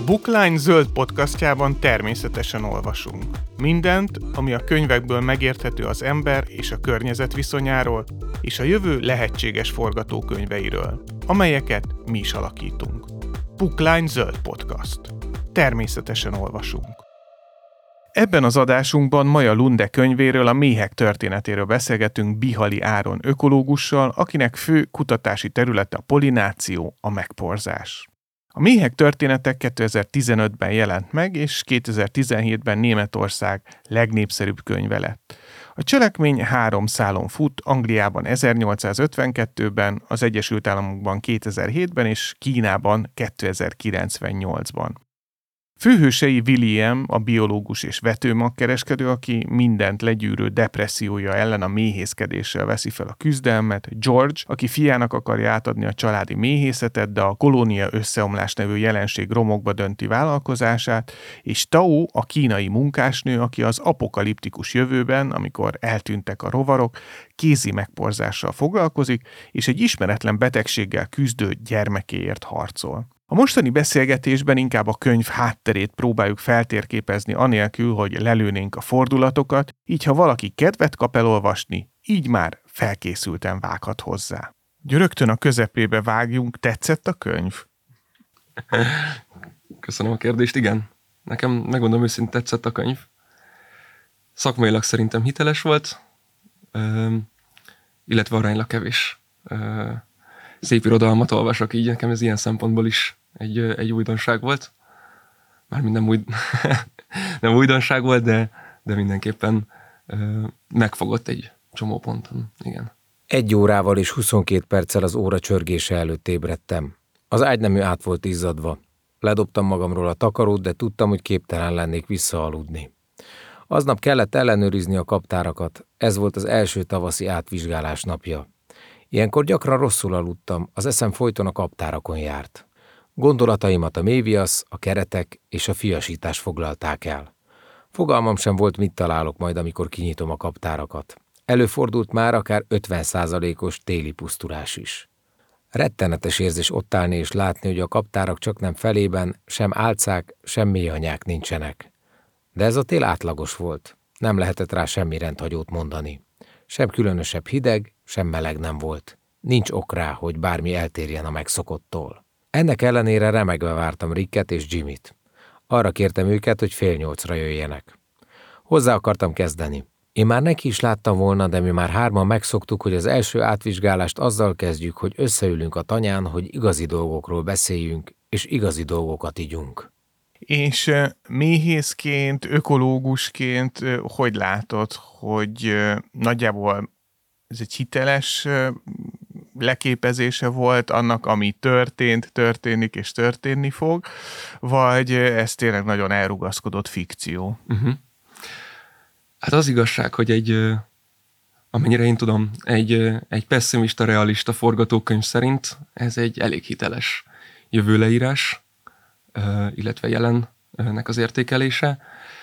Bookline zöld podcastjában természetesen olvasunk. Mindent, ami a könyvekből megérthető az ember és a környezet viszonyáról, és a jövő lehetséges forgatókönyveiről, amelyeket mi is alakítunk. Bookline zöld podcast. Természetesen olvasunk. Ebben az adásunkban Maja Lunde könyvéről, a méhek történetéről beszélgetünk Bihali Áron ökológussal, akinek fő kutatási területe a pollináció, a megporzás. A méhek története 2015-ben jelent meg, és 2017-ben Németország legnépszerűbb könyve lett. A cselekmény 3 szálon fut, Angliában 1852-ben, az Egyesült Államokban 2007-ben és Kínában 2098-ban. Főhősei William, a biológus és vetőmagkereskedő, aki mindent legyűrő depressziója ellen a méhészkedéssel veszi fel a küzdelmet, George, aki fiának akarja átadni a családi méhészetet, de a kolónia összeomlás nevű jelenség romokba dönti vállalkozását, és Tao, a kínai munkásnő, aki az apokaliptikus jövőben, amikor eltűntek a rovarok, kézi megporzással foglalkozik, és egy ismeretlen betegséggel küzdő gyermekéért harcol. A mostani beszélgetésben inkább a könyv hátterét próbáljuk feltérképezni anélkül, hogy lelőnénk a fordulatokat, így ha valaki kedvet kap elolvasni, így már felkészülten vághat hozzá. Rögtön a közepébe vágjunk, tetszett a könyv? Köszönöm a kérdést, igen. Nekem, megmondom őszintén, tetszett a könyv. Szakmailag szerintem hiteles volt, illetve aránylag kevés szép irodalmat olvasok, így nekem ez ilyen szempontból is egy újdonság volt. Mármint nem újdonság volt, de mindenképpen megfogott egy csomó ponton, igen. 1 órával és 22 perccel az óra csörgése előtt ébredtem. Az ágynemű át volt izzadva. Ledobtam magamról a takarót, de tudtam, hogy képtelen lennék visszaaludni. Aznap kellett ellenőrizni a kaptárakat, ez volt az első tavaszi átvizsgálás napja. Ilyenkor gyakran rosszul aludtam, az eszem folyton a kaptárakon járt. Gondolataimat a méviasz, a keretek és a fiasítás foglalták el. Fogalmam sem volt, mit találok majd, amikor kinyitom a kaptárakat. Előfordult már akár 50%-os téli pusztulás is. Rettenetes érzés ott állni és látni, hogy a kaptárak csak nem felében sem álcák, sem méhanyák nincsenek. De ez a tél átlagos volt, nem lehetett rá semmi rendhagyót mondani. Sem különösebb hideg, sem meleg nem volt. Nincs ok rá, hogy bármi eltérjen a megszokottól. Ennek ellenére remegve vártam Ricket és Jimmyt. Arra kértem őket, hogy 7:30 jöjjenek. Hozzá akartam kezdeni. Én már neki is láttam volna, de mi már 3-an megszoktuk, hogy az első átvizsgálást azzal kezdjük, hogy összeülünk a tanyán, hogy igazi dolgokról beszéljünk, és igazi dolgokat igyunk. És méhészként, ökológusként hogy látod, hogy nagyjából ez egy hiteles leképezése volt annak, ami történik és történni fog, vagy ez tényleg nagyon elrugaszkodott fikció? Hát az igazság, hogy amennyire én tudom, egy pessimista, realista forgatókönyv szerint ez egy elég hiteles jövőleírás, illetve jelennek az értékelése.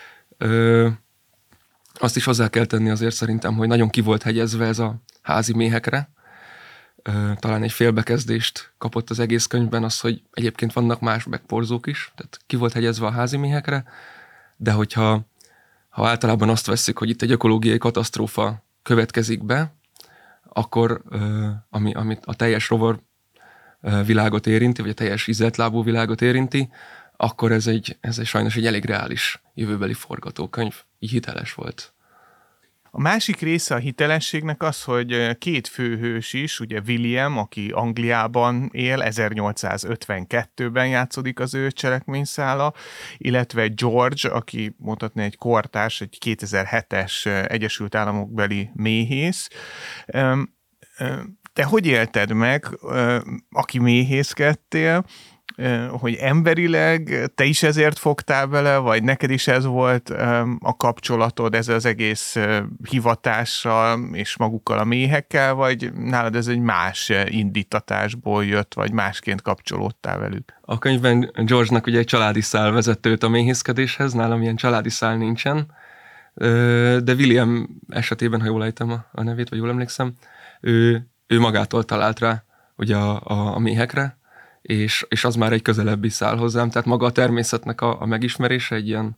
Azt is hozzá kell tenni azért szerintem, hogy nagyon ki volt hegyezve ez a házi méhekre. Talán egy félbekezdést kapott az egész könyvben az, hogy egyébként vannak más megporzók is, tehát ki volt hegyezve a házi méhekre, de hogyha általában azt vesszük, hogy itt egy ökológiai katasztrófa következik be, akkor amit a teljes rovar világot érinti, vagy a teljes ízeltlábú világot érinti, akkor ez sajnos egy elég reális jövőbeli forgatókönyv, így hiteles volt. A másik része a hitelességnek az, hogy 2 főhős is, ugye William, aki Angliában él, 1852-ben játszódik az ő cselekményszála, illetve George, aki mondhatni egy kortárs, egy 2007-es Egyesült Államokbeli méhész. Te hogy élted meg, aki méhészkedtél, hogy emberileg te is ezért fogtál bele, vagy neked is ez volt a kapcsolatod ezzel az egész hivatással és magukkal a méhekkel, vagy nálad ez egy más indítatásból jött, vagy másként kapcsolódtál velük? A könyvben George-nak ugye egy családi szál vezette őt a méhészkedéshez, nálam ilyen családi szál nincsen, de William esetében, ha jól ejtem a nevét, vagy jól emlékszem, ő magától talált rá ugye a méhekre, és az már egy közelebbi szál hozzám, tehát maga a természetnek a megismerése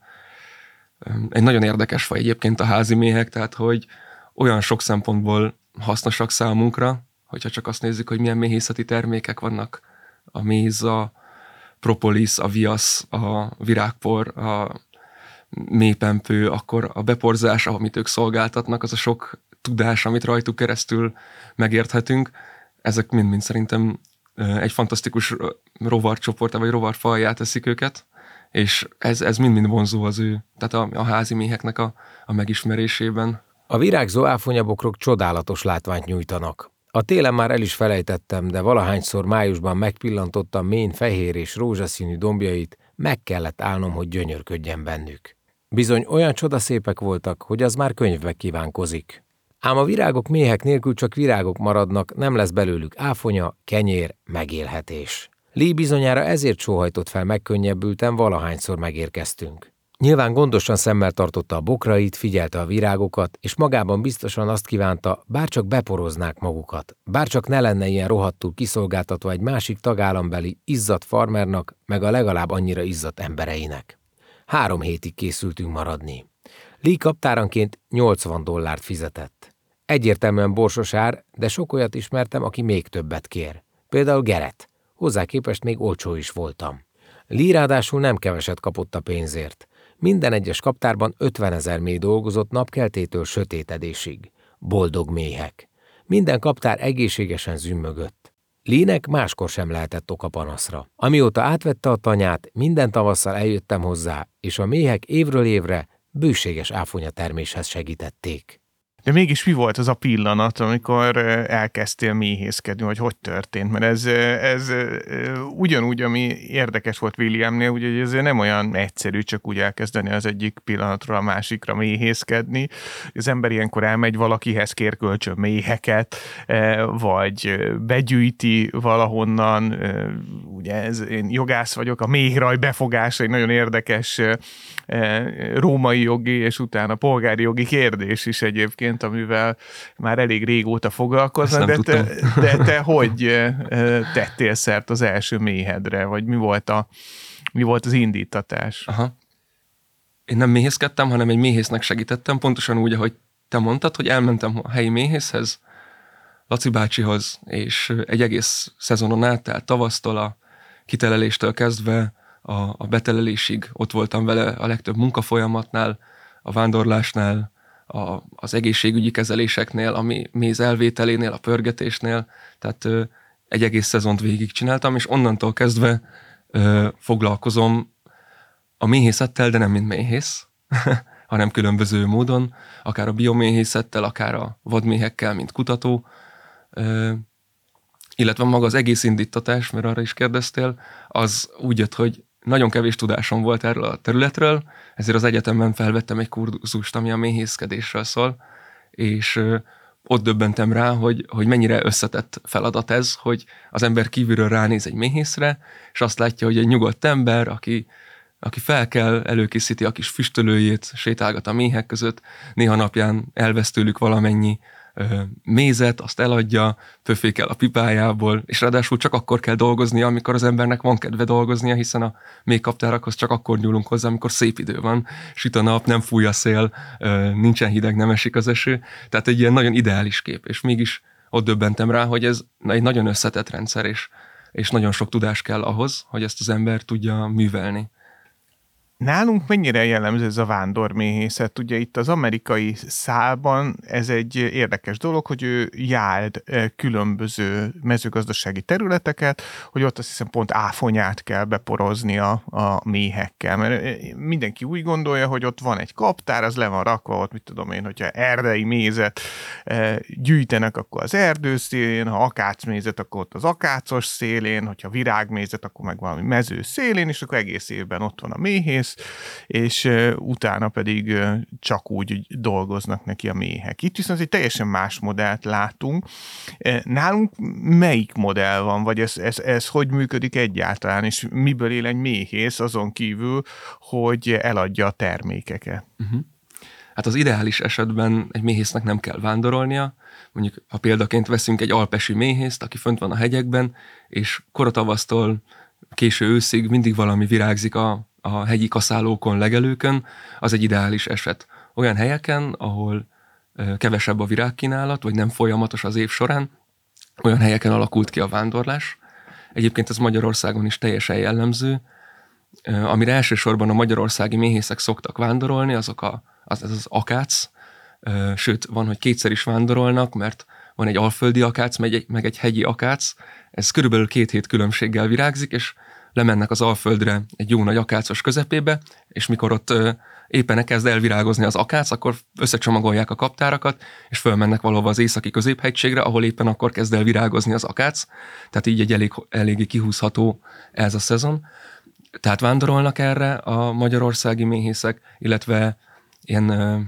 egy nagyon érdekes faj egyébként a házi méhek, tehát hogy olyan sok szempontból hasznosak számunkra, hogyha csak azt nézzük, hogy milyen méhészeti termékek vannak, a méz, a propolis, a viasz, a virágpor, a méhpempő, akkor a beporzás, amit ők szolgáltatnak, az a sok tudás, amit rajtuk keresztül megérthetünk, ezek mind-mind szerintem egy fantasztikus rovarcsoportá vagy rovarfajjá teszik őket, és ez mind-mind vonzó az ő, tehát a házi méheknek a megismerésében. A virágzó áfonyabokrok csodálatos látványt nyújtanak. A télen már el is felejtettem, de valahányszor májusban megpillantottam Maine fehér és rózsaszínű dombjait, meg kellett állnom, hogy gyönyörködjen bennük. Bizony olyan csodaszépek voltak, hogy az már könyvbe kívánkozik. Ám a virágok méhek nélkül csak virágok maradnak, nem lesz belőlük áfonya, kenyér, megélhetés. Lee bizonyára ezért sóhajtott fel megkönnyebbülten, valahányszor megérkeztünk. Nyilván gondosan szemmel tartotta a bokrait, figyelte a virágokat, és magában biztosan azt kívánta, bárcsak beporoznák magukat, bárcsak ne lenne ilyen rohadtul kiszolgáltatva egy másik tagállambeli izzadt farmernak, meg a legalább annyira izzadt embereinek. 3 hétig készültünk maradni. Lee kaptáranként $80 fizetett. Egyértelműen borsos ár, de sok olyat ismertem, aki még többet kér. Például Gerett. Hozzá képest még olcsó is voltam. Lee ráadásul nem keveset kapott a pénzért. Minden egyes kaptárban 50 000 méh dolgozott napkeltétől sötétedésig. Boldog méhek. Minden kaptár egészségesen zümmögött. Lee-nek máskor sem lehetett oka panaszra. Amióta átvette a tanyát, minden tavasszal eljöttem hozzá, és a méhek évről évre bőséges áfonyaterméshez segítették. De mégis mi volt az a pillanat, amikor elkezdtél méhészkedni, vagy hogy történt? Mert ez ugyanúgy, ami érdekes volt Williamnél, ugye, hogy ez nem olyan egyszerű csak úgy elkezdeni az egyik pillanatról a másikra méhészkedni. Az ember ilyenkor elmegy valakihez, kér kölcsön méheket, vagy begyűjti valahonnan. Ugye én jogász vagyok, a méhraj befogása egy nagyon érdekes római jogi és utána polgári jogi kérdés is egyébként, amivel már elég régóta foglalkoznak, de te hogy tettél szert az első méhedre, vagy mi volt az indítatás? Aha. Én nem méhészkedtem, hanem egy méhésznek segítettem, pontosan úgy, ahogy te mondtad, hogy elmentem a helyi méhészhez, Laci bácsihoz, és egy egész szezonon át, tehát tavasztól a kiteleléstől kezdve a betelelésig ott voltam vele a legtöbb munkafolyamatnál, a vándorlásnál, az egészségügyi kezeléseknél, a méz elvételénél, a pörgetésnél, tehát egy egész szezont végigcsináltam, és onnantól kezdve foglalkozom a méhészettel, de nem mint méhész, hanem különböző módon, akár a bioméhészettel, akár a vadméhekkel, mint kutató, illetve maga az egész indítatás, mert arra is kérdeztél, az úgy jött, hogy nagyon kevés tudásom volt erről a területről, ezért az egyetemben felvettem egy kurzust, ami a méhészkedésről szól, és ott döbbentem rá, hogy mennyire összetett feladat ez, hogy az ember kívülről ránéz egy méhészre, és azt látja, hogy egy nyugodt ember, aki felkel, előkészíti a kis füstölőjét, sétálgat a méhek között, néha napján elvesz tőlük valamennyi mézet, azt eladja, pöfékel a pipájából, és ráadásul csak akkor kell dolgoznia, amikor az embernek van kedve dolgoznia, hiszen a méhkaptárakhoz csak akkor nyúlunk hozzá, amikor szép idő van, süt a nap, nem fúj a szél, nincsen hideg, nem esik az eső, tehát egy ilyen nagyon ideális kép, és mégis ott döbbentem rá, hogy ez egy nagyon összetett rendszer, és nagyon sok tudás kell ahhoz, hogy ezt az ember tudja művelni. Nálunk mennyire jellemző ez a vándorméhészet? Ugye itt az amerikai szálban ez egy érdekes dolog, hogy ő jár különböző mezőgazdasági területeket, hogy ott azt hiszem pont áfonyát kell beporozni a méhekkel, mert mindenki úgy gondolja, hogy ott van egy kaptár, az le van rakva, ott mit tudom én, hogyha erdei mézet gyűjtenek, akkor az erdő szélén, ha akácmézet, akkor ott az akácos szélén, hogyha virágmézet, akkor meg valami mező szélén, és akkor egész évben ott van a méhész, és utána pedig csak úgy dolgoznak neki a méhek. Itt viszont egy teljesen más modellt látunk. Nálunk melyik modell van, vagy ez hogy működik egyáltalán, és miből él egy méhész azon kívül, hogy eladja a termékeket? Hát az ideális esetben egy méhésznek nem kell vándorolnia, mondjuk ha példaként veszünk egy alpesi méhészt, aki fönt van a hegyekben, és koratavasztól késő őszig mindig valami virágzik a hegyi kaszálókon, legelőkön, az egy ideális eset. Olyan helyeken, ahol kevesebb a virágkínálat, vagy nem folyamatos az év során, olyan helyeken alakult ki a vándorlás. Egyébként ez Magyarországon is teljesen jellemző. Amire elsősorban a magyarországi méhészek szoktak vándorolni, az az akác. Sőt, van, hogy kétszer is vándorolnak, mert van egy alföldi akác, meg egy hegyi akác. Ez körülbelül 2 hét különbséggel virágzik, és lemennek az Alföldre egy jó nagy akácos közepébe, és mikor ott éppen kezd elvirágozni az akác, akkor összecsomagolják a kaptárakat, és fölmennek valahova az északi középhegységre, ahol éppen akkor kezd el virágozni az akác. Tehát így egy eléggé kihúzható ez a szezon. Tehát vándorolnak erre a magyarországi méhészek, illetve ilyen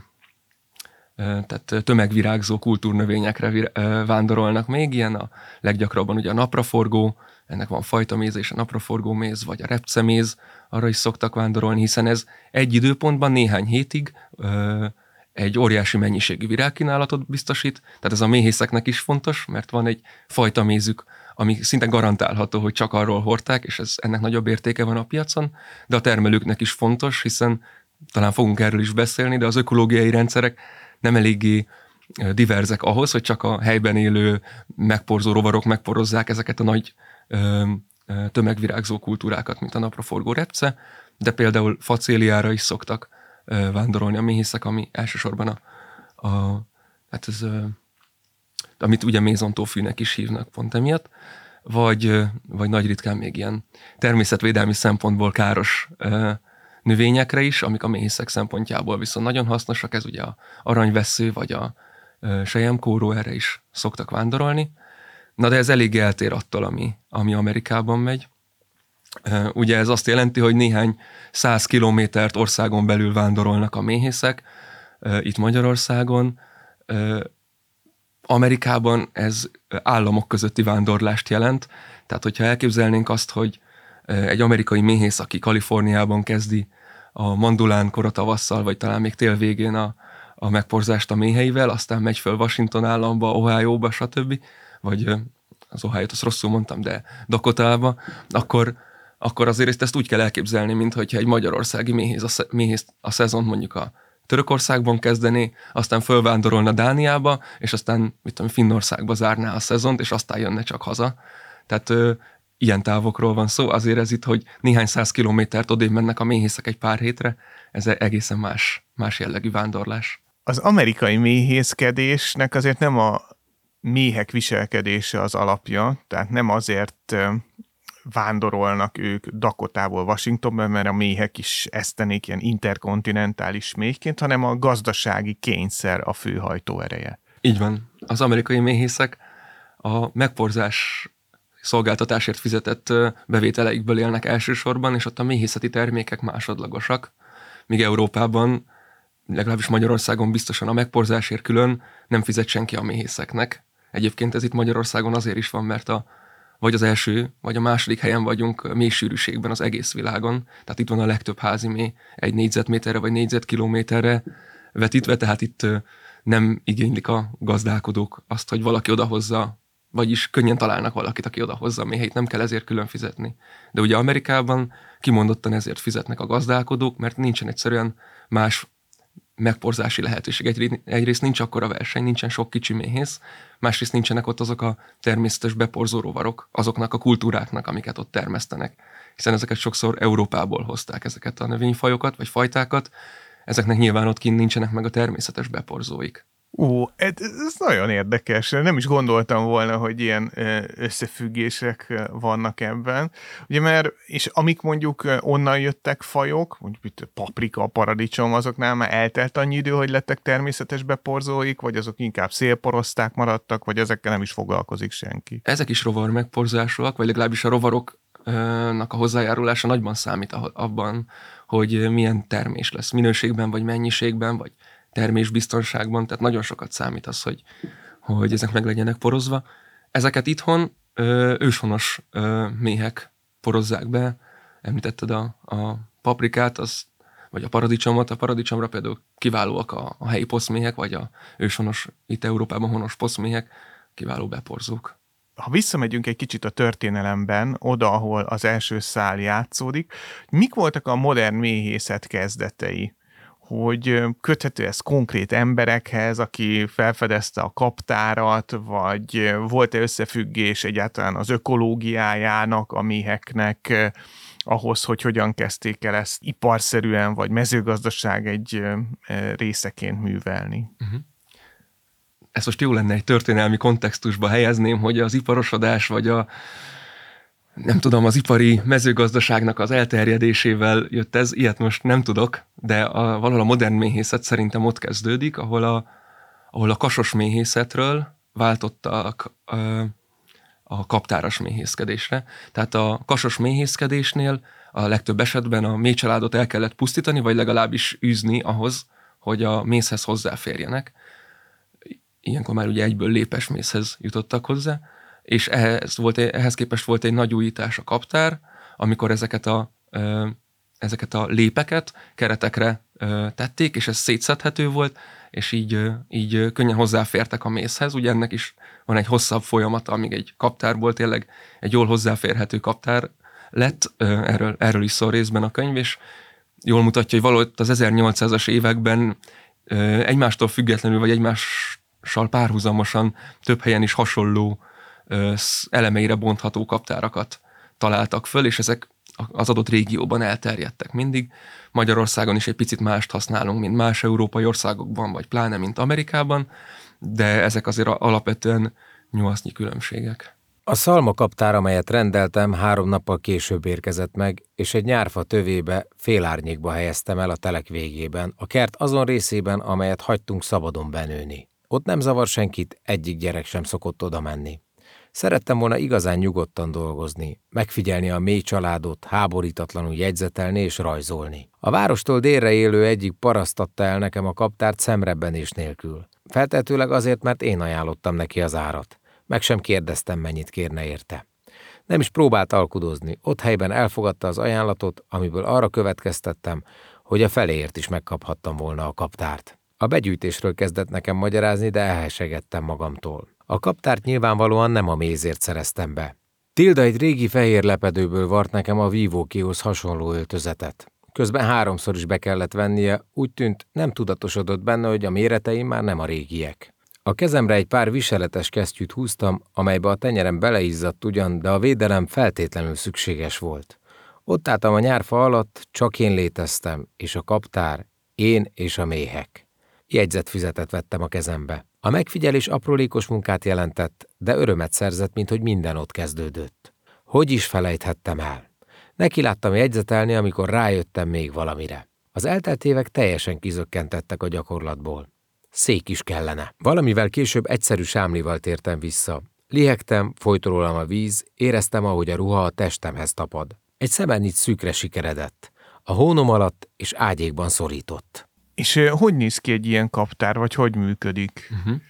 tehát tömegvirágzó kultúrnövényekre vándorolnak még, ilyen a leggyakrabban ugye a napraforgó, ennek van fajtaméz és a napraforgó méz, vagy a repceméz, arra is szoktak vándorolni, hiszen ez egy időpontban néhány hétig egy óriási mennyiségű virágkínálatot biztosít, tehát ez a méhészeknek is fontos, mert van egy fajtamézük, ami szinte garantálható, hogy csak arról hordták, és ennek nagyobb értéke van a piacon, de a termelőknek is fontos, hiszen talán fogunk erről is beszélni, de az ökológiai rendszerek nem eléggé diverzek ahhoz, hogy csak a helyben élő megporzó rovarok megporozzák ezeket a nagy tömegvirágzó kultúrákat, mint a napraforgó repce, de például facéliára is szoktak vándorolni a méhészek, ami elsősorban hát ez, amit ugye mézontófűnek is hívnak pont emiatt, vagy nagy ritkán még ilyen természetvédelmi szempontból káros növényekre is, amik a méhészek szempontjából viszont nagyon hasznosak, ez ugye a aranyvessző, vagy a selyemkóró, erre is szoktak vándorolni. Na de ez elég eltér attól, ami Amerikában megy. Ugye ez azt jelenti, hogy néhány 100 kilométert országon belül vándorolnak a méhészek, itt Magyarországon. Amerikában ez államok közötti vándorlást jelent, tehát hogyha elképzelnénk azt, hogy egy amerikai méhész, aki Kaliforniában kezdi a mandulán koratavasszal, vagy talán még tél végén a megporzást a méheivel, aztán megy föl Washington államba, Ohioba, stb., vagy az Ohio-t azt rosszul mondtam, de Dakotába, akkor azért ezt úgy kell elképzelni, mintha egy magyarországi méhész a szezon mondjuk a Törökországban kezdené, aztán fölvándorolna Dániába, és aztán Finnországba zárná a szezont, és aztán jönne csak haza. Tehát ilyen távokról van szó, azért ez itt, hogy néhány 100 kilométert odébb mennek a méhészek egy pár hétre, ez egészen más jellegű vándorlás. Az amerikai méhészkedésnek azért nem a méhek viselkedése az alapja, tehát nem azért vándorolnak ők Dakotából Washingtonba, mert a méhek is esztenék ilyen interkontinentális méhként, hanem a gazdasági kényszer a fő hajtóereje. Így van. Az amerikai méhészek a megporzás szolgáltatásért fizetett bevételeikből élnek elsősorban, és ott a méhészeti termékek másodlagosak, míg Európában, legalábbis Magyarországon biztosan a megporzásért külön nem fizet senki a méhészeknek. Egyébként ez itt Magyarországon azért is van, mert vagy az első, vagy a második helyen vagyunk mélysűrűségben az egész világon. Tehát itt van a legtöbb házi méh 1 négyzetméterre vagy négyzetkilométerre vetítve, tehát itt nem igénylik a gazdálkodók azt, hogy valaki odahozza, vagyis könnyen találnak valakit, aki odahozza a méheit, nem kell ezért külön fizetni. De ugye Amerikában kimondottan ezért fizetnek a gazdálkodók, mert nincsen egyszerűen más megporzási lehetőség. Egyrészt nincs akkora verseny, nincsen sok kicsi méhész, másrészt nincsenek ott azok a természetes beporzó rovarok, azoknak a kultúráknak, amiket ott termesztenek. Hiszen ezeket sokszor Európából hozták, ezeket a növényfajokat vagy fajtákat, ezeknek nyilván ott kint nincsenek meg a természetes beporzóik. Ez nagyon érdekes. Nem is gondoltam volna, hogy ilyen összefüggések vannak ebben. Ugye és amik mondjuk onnan jöttek fajok, mondjuk paprika, paradicsom, azoknál már eltelt annyi idő, hogy lettek természetes beporzóik, vagy azok inkább szélporoszták maradtak, vagy ezekkel nem is foglalkozik senki. Ezek is rovar megporzásúak, vagy legalábbis a rovaroknak a hozzájárulása nagyban számít abban, hogy milyen termés lesz, minőségben, vagy mennyiségben, vagy termésbiztonságban, tehát nagyon sokat számít az, hogy ezek meg legyenek porozva. Ezeket itthon őshonos méhek porozzák be. Említetted a paprikát, vagy a paradicsomot. A paradicsomra például kiválóak a helyi poszméhek, vagy a őshonos, itt Európában honos poszméhek, kiváló beporzók. Ha visszamegyünk egy kicsit a történelemben, oda, ahol az első szál játszódik, mik voltak a modern méhészet kezdetei? Hogy köthető ez konkrét emberekhez, aki felfedezte a kaptárat, vagy volt-e összefüggés egyáltalán az ökológiájának, a méheknek, ahhoz, hogy hogyan kezdték el ezt iparszerűen, vagy mezőgazdaság egy részeként művelni? Ezt most jó lenne egy történelmi kontextusba helyezném, hogy az iparosodás, vagy az ipari mezőgazdaságnak az elterjedésével jött ez, ilyet most nem tudok, de valahol a modern méhészet szerintem ott kezdődik, ahol a kasos méhészetről váltottak a kaptáras méhészkedésre. Tehát a kasos méhészkedésnél a legtöbb esetben a méhcsaládot el kellett pusztítani, vagy legalábbis űzni ahhoz, hogy a mézhez hozzáférjenek. Ilyenkor már ugye egyből lépes mézhez jutottak hozzá, és ehhez képest volt egy nagy újítás a kaptár, amikor ezeket a lépeket keretekre tették, és ez szétszedhető volt, és így könnyen hozzáfértek a mézhez. Ugye ennek is van egy hosszabb folyamata, amíg egy kaptárból tényleg egy jól hozzáférhető kaptár lett. Erről is szól részben a könyv, és jól mutatja, hogy valahogy az 1800-as években egymástól függetlenül, vagy egymással párhuzamosan több helyen is hasonló elemeire bontható kaptárakat találtak föl, és ezek az adott régióban elterjedtek mindig. Magyarországon is egy picit mást használunk, mint más európai országokban, vagy pláne, mint Amerikában, de ezek azért alapvetően nyuasznyi különbségek. A szalmakaptár, amelyet rendeltem, 3 nappal később érkezett meg, és egy nyárfa tövébe, félárnyékba helyeztem el a telek végében, a kert azon részében, amelyet hagytunk szabadon benőni. Ott nem zavar senkit, egyik gyerek sem szokott oda menni. Szerettem volna igazán nyugodtan dolgozni, megfigyelni a mély családot, háborítatlanul jegyzetelni és rajzolni. A várostól délre élő egyik paraszt adta el nekem a kaptárt szemrebbenés nélkül. Feltehetőleg azért, mert én ajánlottam neki az árat. Meg sem kérdeztem, mennyit kérne érte. Nem is próbált alkudozni, ott helyben elfogadta az ajánlatot, amiből arra következtettem, hogy a feléért is megkaphattam volna a kaptárt. A begyűjtésről kezdett nekem magyarázni, de elhesegettem magamtól. A kaptárt nyilvánvalóan nem a mézért szereztem be. Tilda egy régi fehér lepedőből vart nekem a vívókéhoz hasonló öltözetet. Közben 3-szor is be kellett vennie, úgy tűnt, nem tudatosodott benne, hogy a méreteim már nem a régiek. A kezemre egy pár viseletes kesztyűt húztam, amelybe a tenyerem beleizzadt ugyan, de a védelem feltétlenül szükséges volt. Ott álltam a nyárfa alatt, csak én léteztem, és a kaptár, én és a méhek. Jegyzetfüzetet vettem a kezembe. A megfigyelés aprólékos munkát jelentett, de örömet szerzett, minthogy minden ott kezdődött. Hogy is felejthettem el? Neki láttam jegyzetelni, amikor rájöttem még valamire. Az eltelt évek teljesen kizökkentettek a gyakorlatból. Szék is kellene. Valamivel később egyszerű sámlival tértem vissza. Lihegtem, folyt rólam a víz, éreztem, ahogy a ruha a testemhez tapad. Egy szemennyit szűkre sikeredett. A hónom alatt és ágyékban szorított. És hogy néz ki egy ilyen kaptár, vagy hogy működik?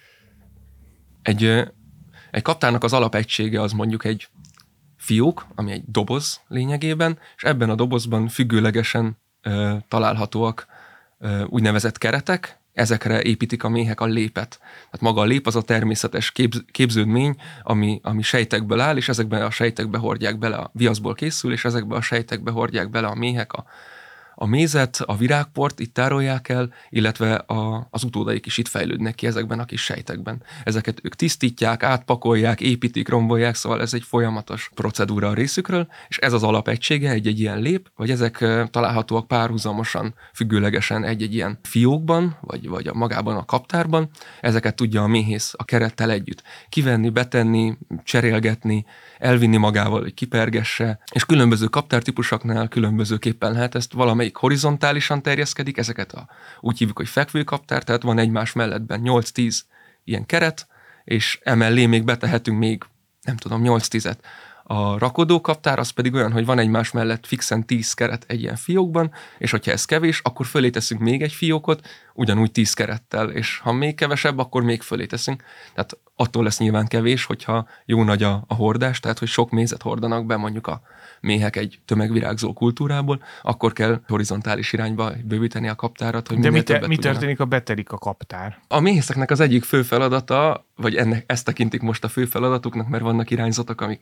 Egy kaptárnak az alapegysége az mondjuk egy fiók, ami egy doboz lényegében, és ebben a dobozban függőlegesen találhatóak úgynevezett keretek, ezekre építik a méhek a lépet. Tehát maga a lép az a természetes képződmény, ami sejtekből áll, és ezekben a sejtekbe hordják bele, a viaszból készül, és ezekbe a sejtekbe hordják bele a méhek a mézet, a virágport itt tárolják el, illetve az utódaik is itt fejlődnek ki ezekben a kis sejtekben. Ezeket ők tisztítják, átpakolják, építik, rombolják, szóval ez egy folyamatos procedúra a részükről, és ez az alapegysége egy ilyen lép, vagy ezek találhatóak párhuzamosan, függőlegesen egy ilyen fiókban, vagy magában a kaptárban. Ezeket tudja a méhész a kerettel együtt kivenni, betenni, cserélgetni, elvinni magával, hogy kipergesse, és különböző kaptártípusoknál különbözőképpen lehet ezt valamelyik horizontálisan terjeszkedik, ezeket úgy hívjuk, hogy fekvőkaptár, tehát van egymás mellettben 8-10 ilyen keret, és emellé még betehetünk még, 8-10-et. A rakodókaptár az pedig olyan, hogy van egymás mellett fixen 10 keret egy ilyen fiókban, és hogyha ez kevés, akkor fölé teszünk még egy fiókot, ugyanúgy 10 kerettel, és ha még kevesebb, akkor még fölé teszünk. Tehát attól lesz nyilván kevés, hogyha jó nagy a hordás, tehát hogy sok mézet hordanak be mondjuk a méhek egy tömegvirágzó kultúrából, akkor kell horizontális irányba bővíteni a kaptárat, hogy de minél többet mi tudjanak. történik, a betelik a kaptár? A méhészeknek az egyik fő feladata, vagy ezt tekintik most a fő feladatuknak, mert vannak irányzatok, amik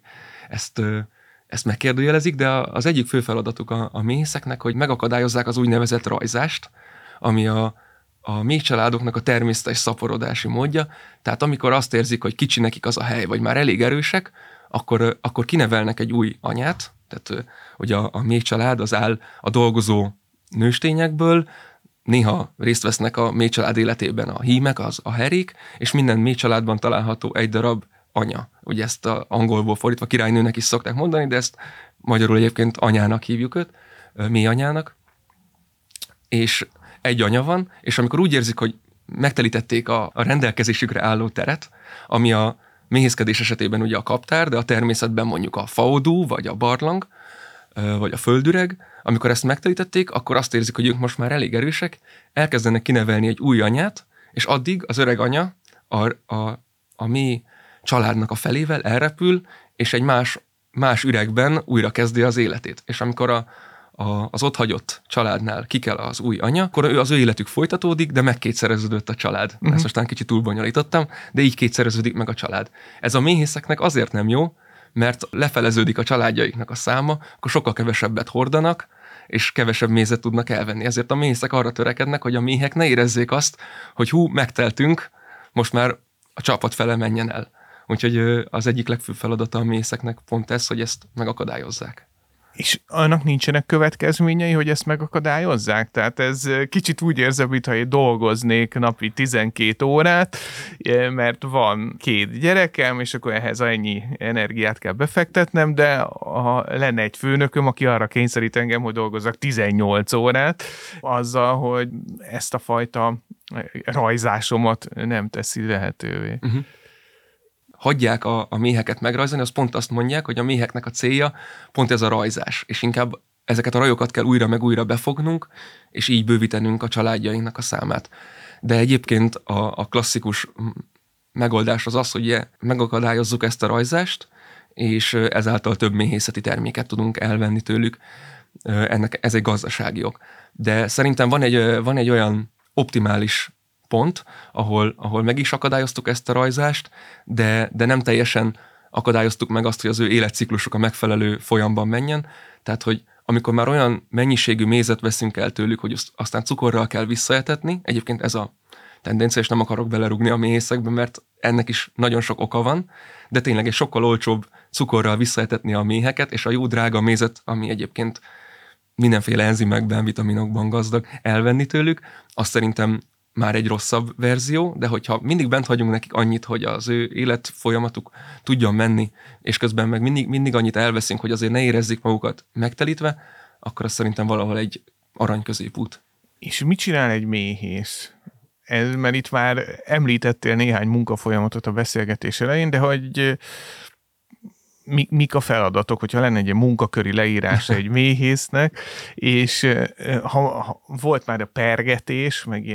ezt megkérdőjelezik, de az egyik fő feladatuk a méhészeknek, hogy megakadályozzák az úgynevezett rajzást, ami a méhcsaládoknak a természetes szaporodási módja. Tehát amikor azt érzik, hogy kicsi nekik az a hely, vagy már elég erősek, akkor kinevelnek egy új anyát, tehát hogy a méhcsalád az áll a dolgozó nőstényekből, néha részt vesznek a méhcsalád életében a hímek, a herék, és minden méhcsaládban található egy darab anya. Ugye ezt angolból fordítva királynőnek is szokták mondani, de ezt magyarul egyébként anyának hívjuk őt, méhanyának. És egy anya van, és amikor úgy érzik, hogy megtelítették a rendelkezésükre álló teret, ami a méhészkedés esetében ugye a kaptár, de a természetben mondjuk a faodú, vagy a barlang, vagy a földüreg, amikor ezt megtelítették, akkor azt érzik, hogy ők most már elég erősek, elkezdenek kinevelni egy új anyát, és addig az öreg anya a méh családnak a felével elrepül, és egy más üregben újra kezdi az életét. És amikor az otthagyott családnál kikel az új anya, akkor az ő életük folytatódik, de megkétszereződött a család. Ezt mostán kicsit túlbonyolítottam, de így kétszereződik meg a család. Ez a méhészeknek azért nem jó, mert lefeleződik a családjaiknak a száma, akkor sokkal kevesebbet hordanak, és kevesebb mézet tudnak elvenni. Ezért a méhészek arra törekednek, hogy a méhek ne érezzék azt, hogy megteltünk, most már a csapat fele menjen el. Úgyhogy az egyik legfőbb feladata a méhészeknek pont ez, hogy ezt megakadályozzák. És annak nincsenek következményei, hogy ezt megakadályozzák? Tehát ez kicsit úgy érzem, mintha én dolgoznék napi 12 órát, mert van 2 gyerekem, és akkor ehhez ennyi energiát kell befektetnem, de ha lenne egy főnököm, aki arra kényszerít engem, hogy dolgozzak 18 órát, azzal, hogy ezt a fajta rajzásomat nem teszi lehetővé. Hagyják a méheket megrajzolni, az pont azt mondják, hogy a méheknek a célja pont ez a rajzás, és inkább ezeket a rajokat kell újra meg újra befognunk, és így bővítenünk a családjainknak a számát. De egyébként a klasszikus megoldás az, hogy megakadályozzuk ezt a rajzást, és ezáltal több méhészeti terméket tudunk elvenni tőlük. Ez egy gazdasági ok. De szerintem van egy olyan optimális pont, ahol meg is akadályoztuk ezt a rajzást, de nem teljesen akadályoztuk meg azt, hogy az ő életciklusuk a megfelelő folyamban menjen. Tehát, hogy amikor már olyan mennyiségű mézet veszünk el tőlük, hogy aztán cukorral kell visszaetetni, egyébként ez a tendencia, és nem akarok belerugni a méhészekbe, mert ennek is nagyon sok oka van, de tényleg egy sokkal olcsóbb cukorral visszaetetni a méheket, és a jó drága mézet, ami egyébként mindenféle enzimekben, vitaminokban gazdag, elvenni tőlük, azt szerintem már egy rosszabb verzió, de hogyha mindig bent hagyunk nekik annyit, hogy az ő életfolyamatuk tudjon menni, és közben meg mindig annyit elveszünk, hogy azért ne érezzék magukat megtelítve, akkor az szerintem valahol egy arany középút. És mit csinál egy méhész? Mert itt már említettél néhány munkafolyamatot a beszélgetés elején, de hogy mik a feladatok, hogyha lenne egy munkaköri leírása egy méhésznek, és ha volt már a pergetés, meg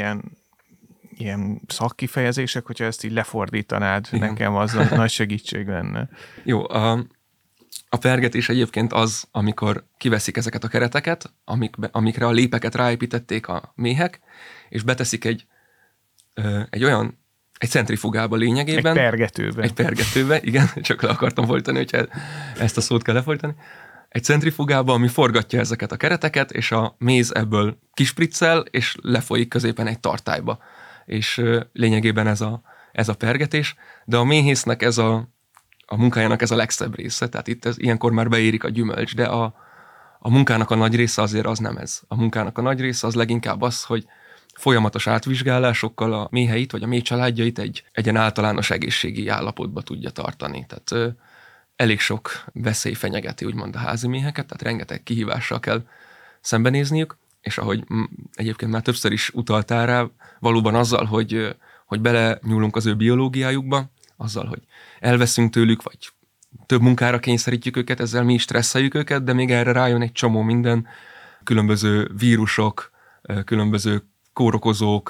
ilyen szakkifejezések, hogyha ezt így lefordítanád, igen, nekem az nagy segítség lenne. Jó, a pergetés egyébként az, amikor kiveszik ezeket a kereteket, amikre a lépeket ráépítették a méhek, és beteszik egy centrifugába lényegében. Egy pergetőbe, igen, csak le akartam fordítani, hogyha ezt a szót kell lefordítani. Egy centrifugába, ami forgatja ezeket a kereteket, és a méz ebből kispriccel, és lefolyik középen egy tartályba. És lényegében ez a pergetés, de a méhésznek ez a munkájának ez a legszebb része, tehát itt ilyenkor már beérik a gyümölcs, de a munkának a nagy része azért az nem ez. A munkának a nagy része az leginkább az, hogy folyamatos átvizsgálásokkal a méheit, vagy a méh családjait egy ilyen általános egészségi állapotba tudja tartani. Tehát elég sok veszély fenyegeti, úgymond a házi méheket, tehát rengeteg kihívással kell szembenézniük, és ahogy egyébként már többször is utaltál rá, valóban azzal, hogy bele nyúlunk az ő biológiájukba, azzal, hogy elveszünk tőlük, vagy több munkára kényszerítjük őket, ezzel mi is stresszeljük őket, de még erre rájön egy csomó minden, különböző vírusok, különböző kórokozók,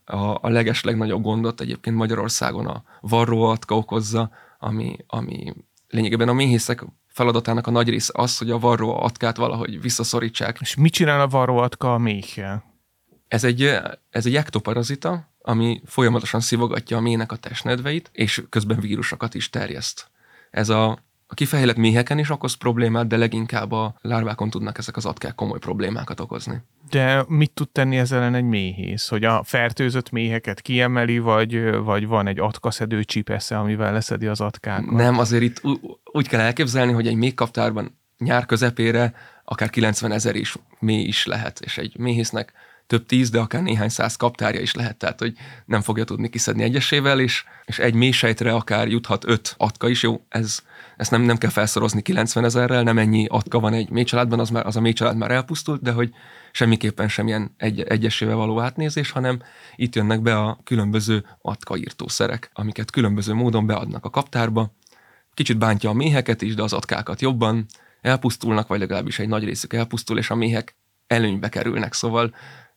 a legeslegnagyobb gondot egyébként Magyarországon a varroatka okozza, ami lényegében a méhészek feladatának a nagy része az, hogy a varroatkát valahogy visszaszorítsák. És mit csinál a varroatka a méhkel? Ez egy ektoparazita, ami folyamatosan szivogatja a méhnek a testnedveit, és közben vírusokat is terjeszt. Ez a kifejlett méheken is okoz problémát, de leginkább a lárvákon tudnak ezek az atkák komoly problémákat okozni. De mit tud tenni ezzel ellen egy méhész? Hogy a fertőzött méheket kiemeli, vagy van egy atkaszedő csipesze, amivel leszedi az atkákat? Nem, azért itt úgy kell elképzelni, hogy egy méhkaptárban nyár közepére akár 90 000 méh is lehet, és egy méhésznek több 10, de akár néhány 100 kaptárja is lehet, tehát hogy nem fogja tudni kiszedni egyesével, és egy méhsejtre akár juthat 5 atka is, jó, ezt nem kell felszorozni 90 000-rel, nem ennyi atka van egy méhcsaládban, az a méhcsalád már elpusztult, de hogy semmiképpen sem ilyen egyesével való átnézés, hanem itt jönnek be a különböző atkaírtószerek, amiket különböző módon beadnak a kaptárba. Kicsit bántja a méheket is, de az atkákat jobban elpusztulnak, vagy legalábbis egy nagy részük elpusztul, és a méhek előnybe kerülnek, szóval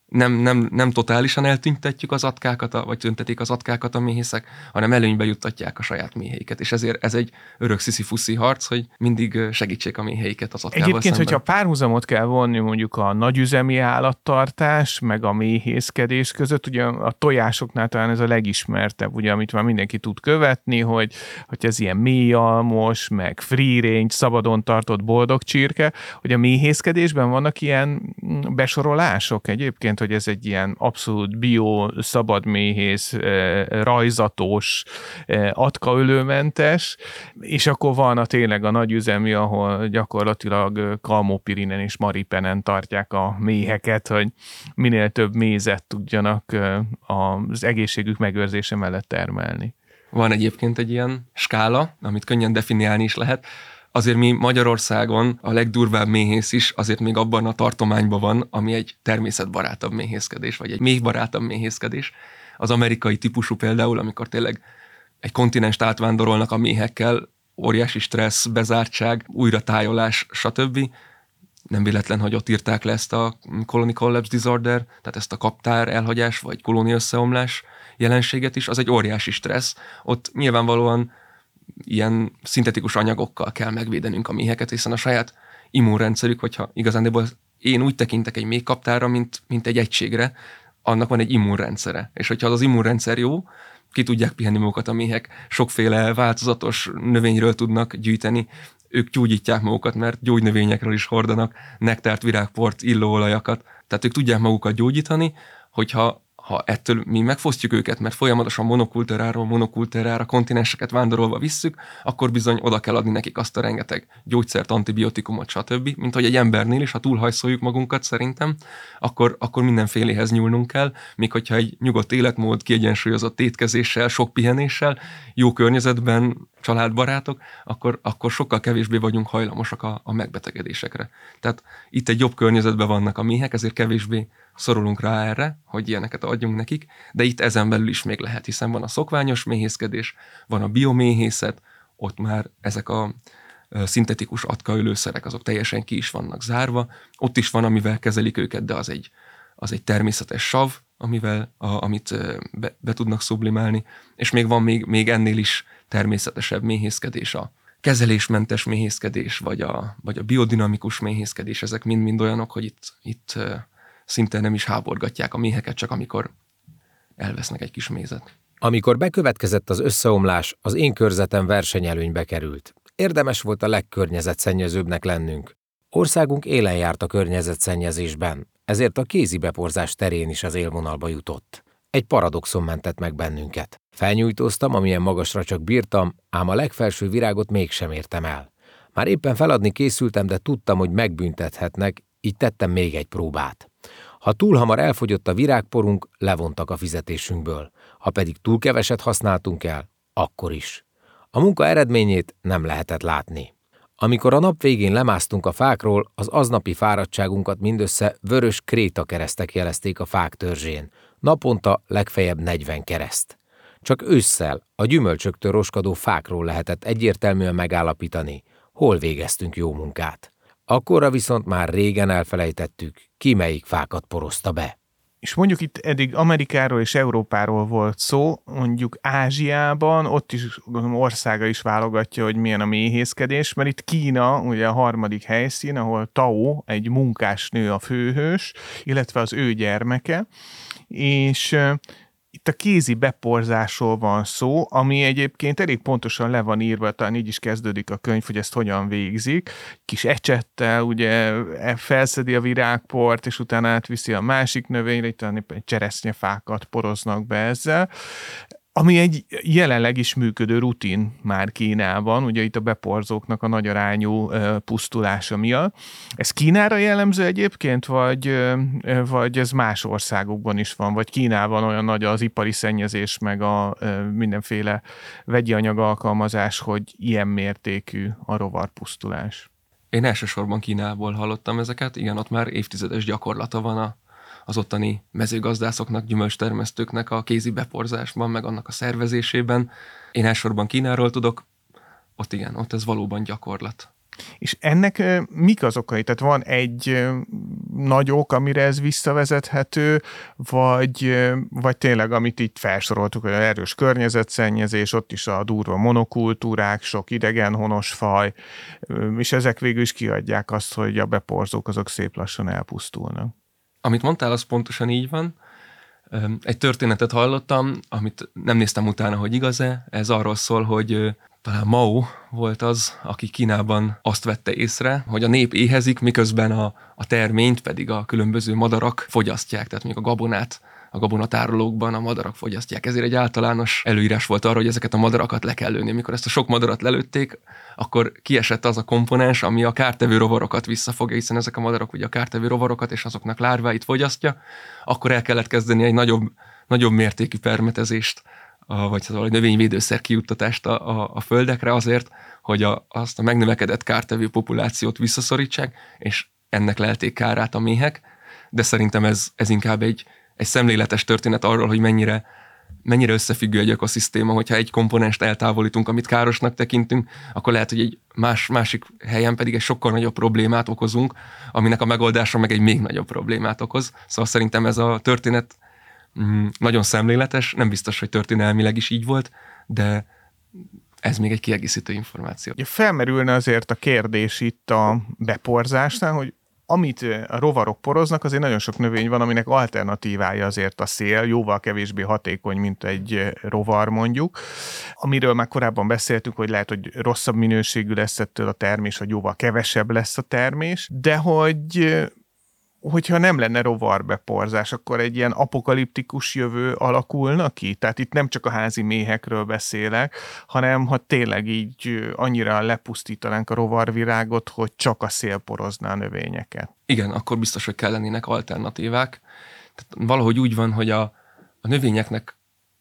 nem totálisan eltüntetjük az atkákat, vagy tüntetik az atkákat a méhészek, hanem előnybe juttatják a saját méheiket. És ezért ez egy örök sziszifuszi harc, hogy mindig segítsék a méheiket az atkával Egyébként, szemben. hogyha párhuzamot kell vonni mondjuk a nagyüzemi állattartás, meg a méhészkedés között, ugye a tojásoknál talán ez a legismertebb, ugye, amit már mindenki tud követni, hogy ez ilyen mélyalmos, meg free range, szabadon tartott boldog csirke, hogy a méhészkedésben vannak ilyen besorolások egyébként, hogy ez egy ilyen abszolút bio, szabad méhész, rajzatos, atkaölőmentes, és akkor van tényleg a nagyüzemi, ahol gyakorlatilag kalmopirinen és maripenen tartják a méheket, hogy minél több mézet tudjanak az egészségük megőrzése mellett termelni. Van egyébként egy ilyen skála, amit könnyen definiálni is lehet. Azért mi Magyarországon a legdurvább méhész is azért még abban a tartományban van, ami egy természetbarátabb méhészkedés, vagy egy méhbarátabb méhészkedés. Az amerikai típusú például, amikor tényleg egy kontinenst átvándorolnak a méhekkel, óriási stressz, bezártság, újratájolás, stb. Nem véletlen, hogy ott írták le ezt a colony collapse disorder, tehát ezt a kaptár elhagyás, vagy kolónia összeomlás jelenséget is, az egy óriási stressz. Ott nyilvánvalóan ilyen szintetikus anyagokkal kell megvédenünk a méheket, hiszen a saját immunrendszerük, hogyha igazándiból én úgy tekintek egy méhkaptárra, mint egy egységre, annak van egy immunrendszere. És hogyha az immunrendszer jó, ki tudják pihenni magukat a méhek, sokféle változatos növényről tudnak gyűjteni, ők gyógyítják magukat, mert gyógynövényekről is hordanak, nektárt, virágport, illóolajakat, tehát ők tudják magukat gyógyítani, hogyha ettől mi megfosztjuk őket, mert folyamatosan monokultúrára kontinenseket vándorolva visszük, akkor bizony oda kell adni nekik azt a rengeteg gyógyszert, antibiotikumot, stb. Mint hogy egy embernél is, ha túlhajszoljuk magunkat szerintem, akkor mindenféléhez nyúlnunk kell, míg hogyha egy nyugodt életmód, kiegyensúlyozott étkezéssel, sok pihenéssel, jó környezetben, családbarátok, akkor sokkal kevésbé vagyunk hajlamosak a megbetegedésekre. Tehát itt egy jobb környezetben vannak a méhek, ezért kevésbé szorulunk rá erre, hogy ilyeneket adjunk nekik, de itt ezen belül is még lehet, hiszen van a szokványos méhészkedés, van a bioméhészet, ott már ezek a szintetikus atkaölőszerek, azok teljesen ki is vannak zárva, ott is van, amivel kezelik őket, de az egy természetes sav, amit be tudnak sublimálni, és van még ennél is természetesebb méhészkedés, a kezelésmentes méhészkedés, vagy a biodinamikus méhészkedés, ezek mind olyanok, hogy itt szinte nem is háborgatják a méheket, csak amikor elvesznek egy kis mézet. Amikor bekövetkezett az összeomlás, az én körzetem versenyelőnybe került. Érdemes volt a legkörnyezetszennyezőbbnek lennünk. Országunk élen járt a környezetszennyezésben, ezért a kézi beporzás terén is az élvonalba jutott. Egy paradoxon mentett meg bennünket. Felnyújtóztam, amilyen magasra csak bírtam, ám a legfelső virágot mégsem értem el. Már éppen feladni készültem, de tudtam, hogy megbüntethetnek, így tettem még egy próbát. Ha túl hamar elfogyott a virágporunk, levontak a fizetésünkből. Ha pedig túl keveset használtunk el, akkor is. A munka eredményét nem lehetett látni. Amikor a nap végén lemásztunk a fákról, az aznapi fáradtságunkat mindössze vörös krétakeresztek jelezték a fák törzsén. Naponta legfeljebb 40 kereszt. Csak ősszel a gyümölcsöktől roskadó fákról lehetett egyértelműen megállapítani, hol végeztünk jó munkát. Akkorra viszont már régen elfelejtettük, ki melyik fákat porozta be. És mondjuk itt eddig Amerikáról és Európáról volt szó, mondjuk Ázsiában, ott is országa is válogatja, hogy milyen a méhészkedés, mert itt Kína, ugye a harmadik helyszín, ahol Tao, egy munkásnő a főhős, illetve az ő gyermeke, és itt a kézi beporzásról van szó, ami egyébként elég pontosan le van írva, talán így is kezdődik a könyv, hogy ezt hogyan végzik. Kis ecsettel ugye felszedi a virágport, és utána átviszi a másik növényre, itt egy cseresznyefákat poroznak be ezzel, ami egy jelenleg is működő rutin már Kínában, ugye itt a beporzóknak a nagy arányú pusztulása miatt. Ez Kínára jellemző egyébként, vagy ez más országokban is van, vagy Kínában olyan nagy az ipari szennyezés, meg a mindenféle vegyi anyag alkalmazás, hogy ilyen mértékű a rovarpusztulás? Én elsősorban Kínából hallottam ezeket, igen, ott már évtizedes gyakorlata van az ottani mezőgazdászoknak, gyümölcstermesztőknek a kézi beporzásban, meg annak a szervezésében. Én elsősorban Kínáról tudok, ott ez valóban gyakorlat. És ennek mik az okai? Tehát van egy nagy ok, amire ez visszavezethető, vagy tényleg, amit itt felsoroltuk, hogy erős környezetszennyezés, ott is a durva monokultúrák, sok idegenhonos faj, és ezek végül is kiadják azt, hogy a beporzók azok szép lassan elpusztulnak. Amit mondtál, az pontosan így van. Egy történetet hallottam, amit nem néztem utána, hogy igaz-e. Ez arról szól, hogy talán Mao volt az, aki Kínában azt vette észre, hogy a nép éhezik, miközben a terményt pedig a különböző madarak fogyasztják, tehát mondjuk a gabonát, a gabonatárolókban a madarak fogyasztják. Ezért egy általános előírás volt arra, hogy ezeket a madarakat le kell lőni. Amikor ezt a sok madarat lelőtték, akkor kiesett az a komponens, ami a kártevő rovarokat visszafogja, hiszen ezek a madarak ugye a kártevő rovarokat és azoknak lárváit fogyasztja, akkor el kellett kezdeni egy nagyobb mértékű permetezést, vagy növényvédőszer kijuttatást a földekre azért, hogy azt a megnövekedett kártevő populációt visszaszorítsák, és ennek lelték kárát a méhek, de szerintem ez inkább egy szemléletes történet arról, hogy mennyire összefüggő egy ökoszisztéma, hogyha egy komponenst eltávolítunk, amit károsnak tekintünk, akkor lehet, hogy egy másik helyen pedig egy sokkal nagyobb problémát okozunk, aminek a megoldása meg egy még nagyobb problémát okoz. Szóval szerintem ez a történet nagyon szemléletes, nem biztos, hogy történelmileg is így volt, de ez még egy kiegészítő információ. Ja, felmerülne azért a kérdés itt a beporzásnál, hogy amit a rovarok poroznak, azért nagyon sok növény van, aminek alternatívája azért a szél, jóval kevésbé hatékony, mint egy rovar mondjuk. Amiről már korábban beszéltünk, hogy lehet, hogy rosszabb minőségű lesz ettől a termés, vagy jóval kevesebb lesz a termés, de hogyha nem lenne rovarbeporzás, akkor egy ilyen apokaliptikus jövő alakulna ki? Tehát itt nem csak a házi méhekről beszélek, hanem ha tényleg így annyira lepusztítanánk a rovarvirágot, hogy csak a szél porozná a növényeket. Igen, akkor biztos, hogy kellenének alternatívák. Tehát valahogy úgy van, hogy a növényeknek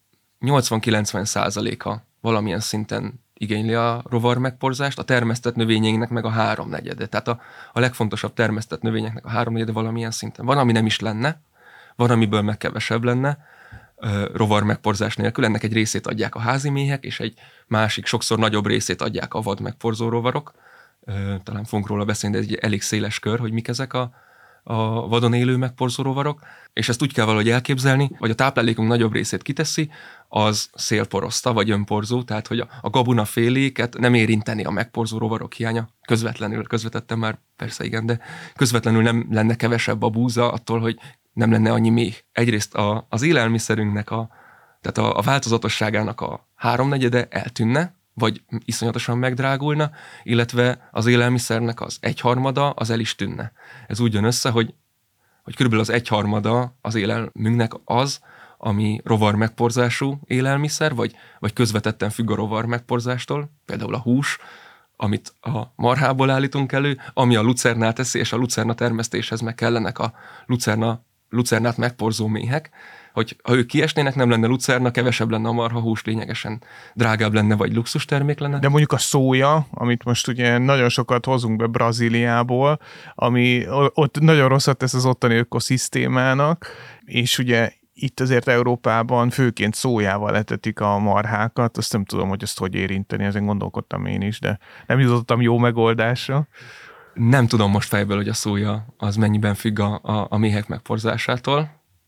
80-90%-a valamilyen szinten igényli a rovar megporzást, a termesztett növényeinknek meg a 3/4. Tehát a legfontosabb termesztett növényeknek a 3/4 valamilyen szinten. Van, ami nem is lenne, van, amiből meg kevesebb lenne, rovar megporzás nélkül. Ennek egy részét adják a házi méhek, és egy másik, sokszor nagyobb részét adják a vad megporzó rovarok. Talán fogunk róla beszélni, de ez egy elég széles kör, hogy mik ezek a vadon élő megporzó rovarok, és ezt úgy kell valahogy elképzelni, hogy a táplálékunk nagyobb részét kiteszi, az szélporozta, vagy önporzó, tehát hogy a gabonaféléket nem érinteni a megporzó rovarok hiánya, közvetetten már persze igen, de közvetlenül nem lenne kevesebb a búza attól, hogy nem lenne annyi méh. Egyrészt az élelmiszerünknek, tehát a változatosságának a 3/4 eltűnne, vagy iszonyatosan megdrágulna, illetve az élelmiszernek az 1/3 az el is tűnne. Ez úgy jön össze, hogy körülbelül az 1/3 az élelmünknek az, ami rovar megporzású élelmiszer, vagy közvetetten függ a rovar megporzástól, például a hús, amit a marhából állítunk elő, ami a lucernát teszi, és a lucerna termesztéshez meg kellenek a lucernát megporzó méhek, hogy ha ők kiesnének, nem lenne lucerna, kevesebb lenne a marhahús, lényegesen drágább lenne, vagy luxus termék lenne. De mondjuk a szója, amit most ugye nagyon sokat hozunk be Brazíliából, ami ott nagyon rosszat tesz az ottani ökoszisztémának, és ugye itt azért Európában főként szójával etetik a marhákat, azt nem tudom, hogy ezt hogy érinteni, ezen gondolkodtam én is, de nem jutottam jó megoldásra. Nem tudom most fejből, hogy a szója az mennyiben függ a méhek megporzásától.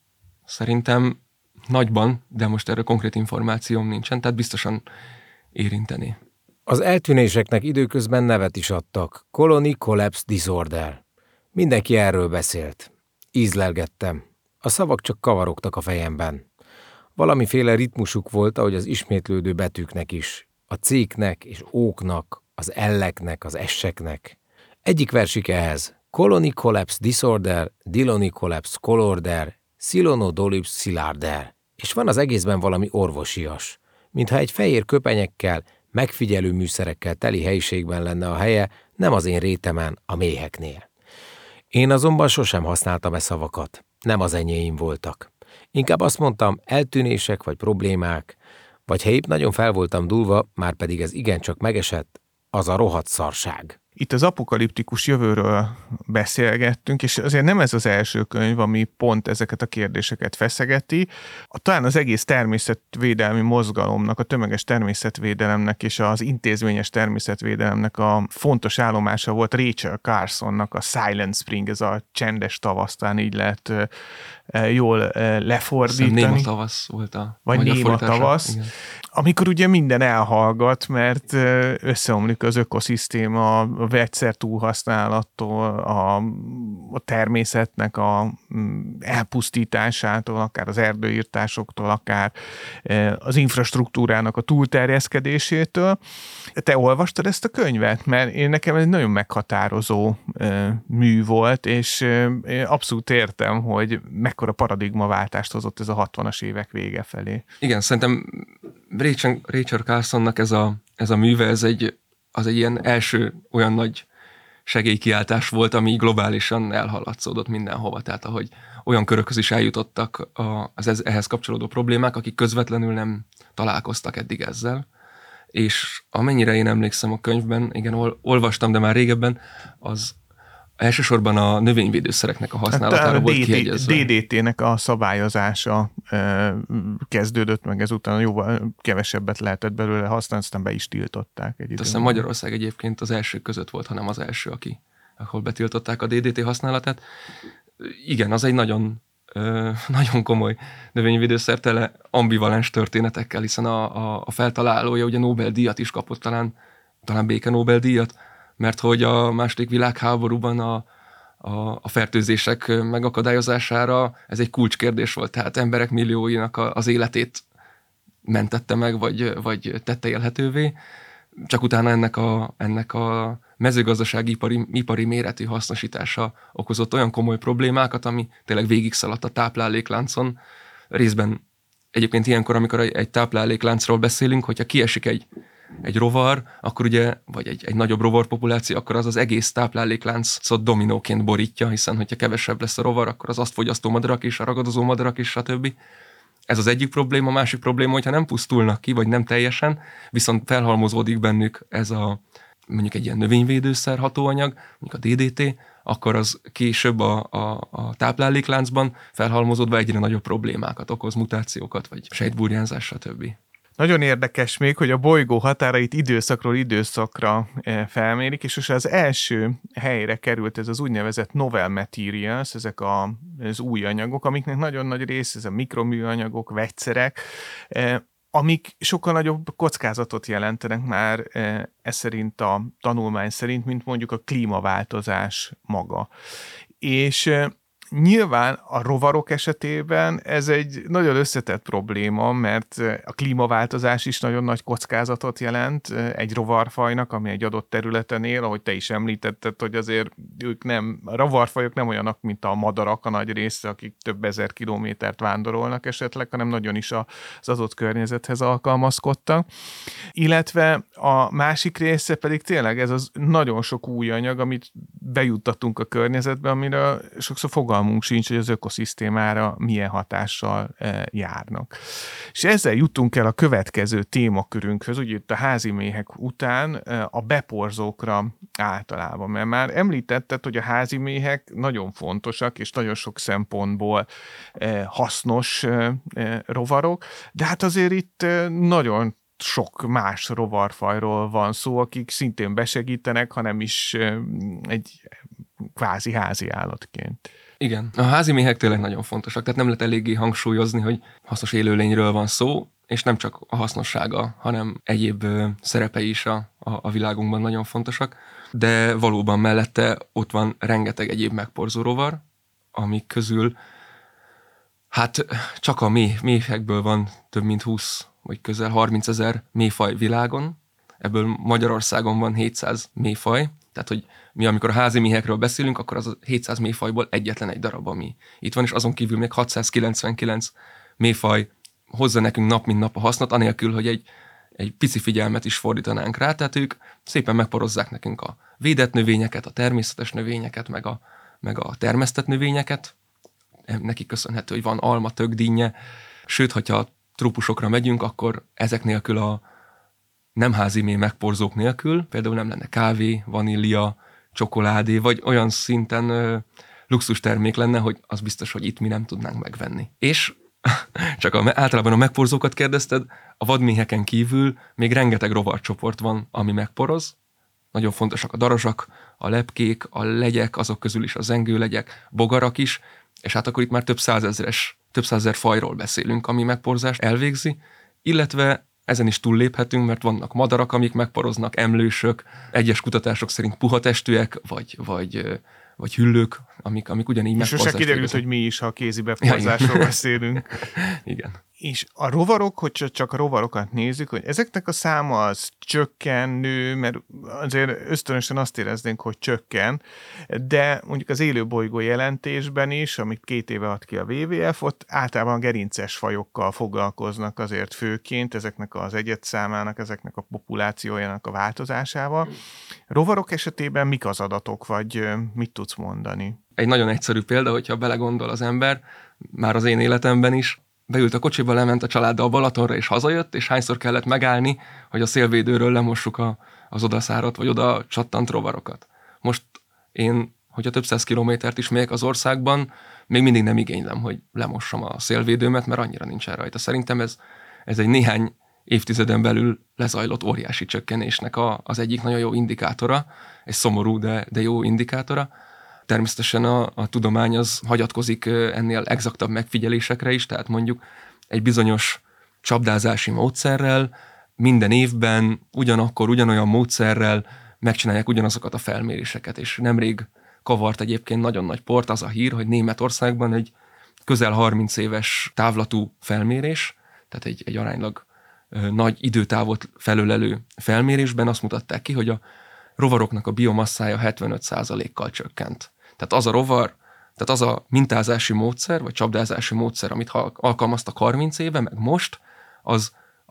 Szerintem nagyban, de most erről konkrét információm nincsen, tehát biztosan érinteni. Az eltűnéseknek időközben nevet is adtak. Colony Collapse Disorder. Mindenki erről beszélt. Ízlelgettem. A szavak csak kavarogtak a fejemben. Valamiféle ritmusuk volt, ahogy az ismétlődő betűknek is. A C-knek és O-knak, az L-eknek, az S-eknek. Egyik versik ehhez. Colony Collapse Disorder, Dillony Collapse Colorder, Silonodolipsz Szilarder. És van az egészben valami orvosias. Mintha egy fehér köpenyekkel, megfigyelő műszerekkel teli helyiségben lenne a helye, nem az én rétemen, a méheknél. Én azonban sosem használtam szavakat. Nem az enyéim voltak. Inkább azt mondtam, eltűnések vagy problémák, vagy ha épp nagyon fel voltam dúlva, már pedig ez igencsak megesett, az a rohadt szarság. Itt az apokaliptikus jövőről beszélgettünk, és azért nem ez az első könyv, ami pont ezeket a kérdéseket feszegeti. Talán az egész természetvédelmi mozgalomnak, a tömeges természetvédelemnek és az intézményes természetvédelemnek a fontos állomása volt Rachel Carsonnak a Silent Spring, ez a csendes tavasz, talán így lehet jól lefordítani. Néma tavasz volt a vagy néma tavasz. Igen. Amikor ugye minden elhallgat, mert összeomlik az ökoszisztéma, a vegyszer túlhasználattól, a természetnek a elpusztításától, akár az erdőirtásoktól, akár az infrastruktúrának a túlterjeszkedésétől. Te olvastad ezt a könyvet? Mert nekem ez nagyon meghatározó mű volt, és abszolút értem, hogy mekkora paradigmaváltást hozott ez a 60-as évek vége felé. Igen, szerintem Rachel Carsonnak ez a műve, az egy ilyen első olyan nagy segélykiáltás volt, ami globálisan elhallatszódott mindenhova. Tehát ahogy olyan körökhöz is eljutottak az ehhez kapcsolódó problémák, akik közvetlenül nem találkoztak eddig ezzel. És amennyire én emlékszem a könyvben, igen, olvastam, de már régebben, az elsősorban a növényvédőszereknek a használatára volt kiegyezve. DDT-nek a szabályozása kezdődött meg, ezután jóval kevesebbet lehetett belőle használni, aztán be is tiltották. Azt hiszem Magyarország egyébként az első között volt, hanem az első, ahol betiltották a DDT használatát. Igen, az egy nagyon komoly növényvédőszer, tele ambivalens történetekkel, hiszen a feltalálója ugye Nobel-díjat is kapott, talán béke Nobel-díjat, mert hogy a második világháborúban a fertőzések megakadályozására ez egy kulcskérdés volt, tehát emberek millióinak az életét mentette meg, vagy tette élhetővé, csak utána ennek a mezőgazdasági ipari méretű hasznosítása okozott olyan komoly problémákat, ami tényleg végigszaladt a táplálékláncon. Részben egyébként ilyenkor, amikor egy táplálékláncról beszélünk, hogyha kiesik egy rovar, akkor ugye, vagy egy nagyobb rovarpopuláció, akkor az egész táplálékláncot dominóként borítja, hiszen hogyha kevesebb lesz a rovar, akkor az azt fogyasztó madarak is, a ragadozó madarak is, stb. Ez az egyik probléma, a másik probléma, hogyha nem pusztulnak ki, vagy nem teljesen, viszont felhalmozódik bennük ez mondjuk egy ilyen növényvédőszer hatóanyag, mondjuk a DDT, akkor az később a táplálékláncban felhalmozódva egyre nagyobb problémákat okoz, mutációkat, vagy sejtburjánzás, stb. Nagyon érdekes még, hogy a bolygó határait időszakról időszakra felmérik, és most az első helyre került ez az úgynevezett novel materials, ezek az új anyagok, amiknek nagyon nagy része, ez a mikroműanyagok, vegyszerek, amik sokkal nagyobb kockázatot jelentenek már ez szerint a tanulmány szerint, mint mondjuk a klímaváltozás maga. És nyilván a rovarok esetében ez egy nagyon összetett probléma, mert a klímaváltozás is nagyon nagy kockázatot jelent egy rovarfajnak, ami egy adott területen él, ahogy te is említetted, hogy azért a rovarfajok nem olyanok, mint a madarak a nagy része, akik több ezer kilométert vándorolnak esetleg, hanem nagyon is az adott környezethez alkalmazkodtak. Illetve a másik része pedig tényleg ez az nagyon sok új anyag, amit bejuttatunk a környezetbe, amiről sokszor fogalmunk sincs, hogy az ökoszisztémára milyen hatással járnak. És ezzel jutunk el a következő témakörünkhöz, ugye itt a házi méhek után a beporzókra általában, mert már említetted, hogy a házi méhek nagyon fontosak, és nagyon sok szempontból hasznos rovarok, de hát azért itt nagyon sok más rovarfajról van szó, akik szintén besegítenek, hanem is egy kvázi házi állatként. Igen. A házi méhek tényleg nagyon fontosak, tehát nem lehet eléggé hangsúlyozni, hogy hasznos élőlényről van szó, és nem csak a hasznossága, hanem egyéb szerepei is a világunkban nagyon fontosak. De valóban mellette ott van rengeteg egyéb megporzó rovar, amik közül hát csak a méhekből van több mint 20 vagy közel 30 000 méhfaj világon. Ebből Magyarországon van 700 méhfaj. Tehát, hogy mi amikor a házi méhekről beszélünk, akkor az a 700 méhfajból egyetlen egy darab, ami itt van, és azon kívül még 699 méhfaj hozza nekünk nap mint nap a hasznot, anélkül, hogy egy pici figyelmet is fordítanánk rá. Tehát ők szépen megporozzák nekünk a védett növényeket, a természetes növényeket, meg a termesztett növényeket. Neki köszönhető, hogy van alma, tök, dinnye. Sőt, hogyha a trópusokra megyünk, akkor ezek nélkül a nem házi méh megporzók nélkül, például nem lenne kávé, vanília, csokoládé, vagy olyan szinten luxus termék lenne, hogy az biztos, hogy itt mi nem tudnánk megvenni. És csak általában a megporzókat kérdezted, a vadméheken kívül még rengeteg rovarcsoport van, ami megporoz. Nagyon fontosak a darazsak, a lepkék, a legyek, azok közül is a zengőlegyek, bogarak is, és hát akkor itt már több százezer fajról beszélünk, ami megporzást elvégzi, illetve ezen is túlléphetünk, mert vannak madarak, amik megporoznak, emlősök, egyes kutatások szerint puhatestűek, vagy hüllők, amik ugyanígy megporzást. És sose kiderült, hogy mi is, ha a kézi beporzásról beszélünk. Igen. És a rovarok, hogy csak a rovarokat nézzük, hogy ezeknek a száma az csökken, nő, mert azért ösztönösen azt éreznénk, hogy csökken, de mondjuk az élőbolygó jelentésben is, amit 2 éve ad ki a WWF, ott általában gerinces fajokkal foglalkoznak azért főként, ezeknek az egyedszámának, ezeknek a populációjának a változásával. Rovarok esetében mik az adatok, vagy mit tudsz mondani? Egy nagyon egyszerű példa, hogyha belegondol az ember, már az én életemben is, beült a kocsiba, lement a családdal Balatonra, és hazajött, és hányszor kellett megállni, hogy a szélvédőről lemossuk az odaszáradt, vagy oda csattant rovarokat. Most én, hogyha több 100 kilométert is megyek az országban, még mindig nem igénylem, hogy lemossam a szélvédőmet, mert annyira nincsen rajta. Szerintem ez egy néhány évtizeden belül lezajlott óriási csökkenésnek az egyik nagyon jó indikátora, egy szomorú, de jó indikátora. Természetesen a tudomány az hagyatkozik ennél exaktabb megfigyelésekre is, tehát mondjuk egy bizonyos csapdázási módszerrel minden évben ugyanolyan módszerrel megcsinálják ugyanazokat a felméréseket, és nemrég kavart egyébként nagyon nagy port az a hír, hogy Németországban egy közel 30 éves távlatú felmérés, tehát egy aránylag nagy időtávot felölelő felmérésben azt mutatták ki, hogy a rovaroknak a biomasszája 75%-kal csökkent. Tehát az a mintázási módszer, vagy csapdázási módszer, amit alkalmaztak 30 éve, meg most, az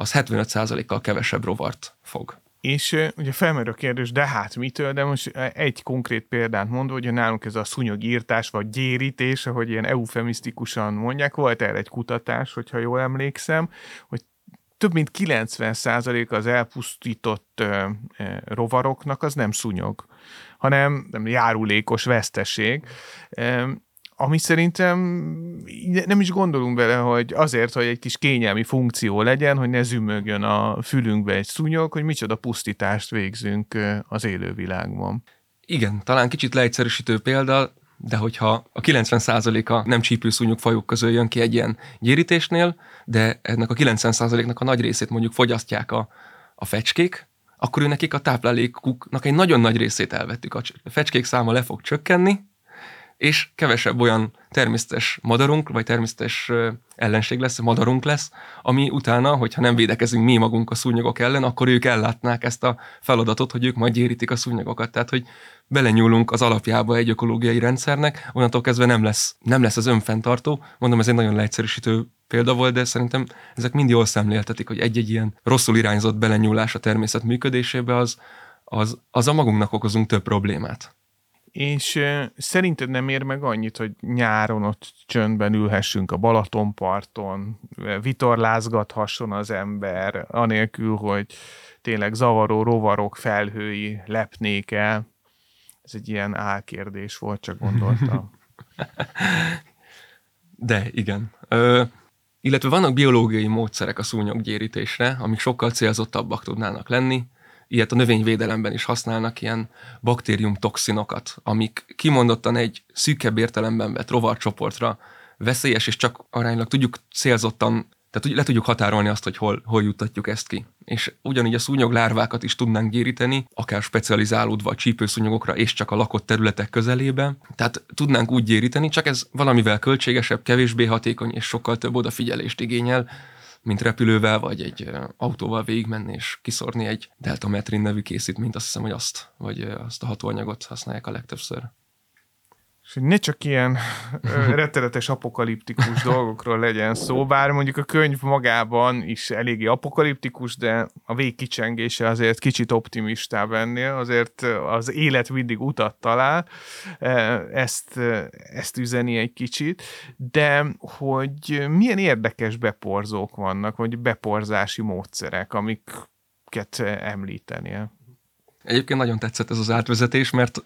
75%-kal kevesebb rovart fog. És ugye felmerül a kérdés, de hát mitől, de most egy konkrét példát mondva, hogy nálunk ez a szúnyogírtás, vagy gyérítés, ahogy ilyen eufemisztikusan mondják, volt erre egy kutatás, hogyha jól emlékszem, hogy több mint 90% az elpusztított rovaroknak az nem szúnyog, hanem nem járulékos veszteség, ami szerintem nem is gondolunk bele, hogy azért, hogy egy kis kényelmi funkció legyen, hogy ne zümögjön a fülünkbe egy szúnyog, hogy micsoda pusztítást végzünk az élővilágban. Igen, talán kicsit leegyszerűsítő példa, de hogyha a 90%-a nem csípőszúnyog fajok közül jön ki egy ilyen gyérítésnél, de ennek a 90%-nak a nagy részét mondjuk fogyasztják a fecskék, akkor nekik a táplálékuknak egy nagyon nagy részét elvettük. A fecskék száma le fog csökkenni, és kevesebb olyan természetes madarunk, vagy természetes ellenség lesz, madarunk lesz, ami utána, hogyha nem védekezünk mi magunk a szúnyogok ellen, akkor ők ellátnák ezt a feladatot, hogy ők majd gyérítik a szúnyogokat. Tehát, hogy belenyúlunk az alapjába egy ökológiai rendszernek, onnantól kezdve nem lesz az önfenntartó. Mondom, ez egy nagyon leegyszerűsítő példa volt, de szerintem ezek mind jól szemléltetik, hogy egy-egy ilyen rosszul irányzott belenyúlás a természet működésébe, az a magunknak okozunk több problémát. És szerinted nem ér meg annyit, hogy nyáron ott csöndben ülhessünk a Balatonparton, vitorlázgathasson az ember, anélkül, hogy tényleg zavaró rovarok felhői lepnék el? Ez egy ilyen álkérdés volt, csak gondoltam. De igen. Illetve vannak biológiai módszerek a szúnyoggyérítésre, amik sokkal célzottabbak tudnának lenni. ilyet a növényvédelemben is használnak, ilyen baktériumtoxinokat, amik kimondottan egy szűkebb értelemben vett rovarcsoportra veszélyes, és csak aránylag tudjuk célzottan, tehát le tudjuk határolni azt, hogy hol juttatjuk ezt ki. És ugyanígy a szúnyog lárvákat is tudnánk gyéríteni, akár specializálódva a csípőszúnyogokra és csak a lakott területek közelében. Tehát tudnánk úgy gyéríteni, csak ez valamivel költségesebb, kevésbé hatékony és sokkal több odafigyelést igényel, mint repülővel vagy egy autóval végigmenni és kiszórni egy deltametrin nevű készítményt, azt hiszem, hogy azt a hatóanyagot használják a legtöbbször. És ne csak ilyen rettenetes apokaliptikus dolgokról legyen szó, bár mondjuk a könyv magában is eléggé apokaliptikus, de a végkicsengése azért kicsit optimistább ennél, azért az élet mindig utat talál, ezt üzeni egy kicsit, de hogy milyen érdekes beporzók vannak, vagy beporzási módszerek, amiket említenél. Egyébként nagyon tetszett ez az átvezetés, mert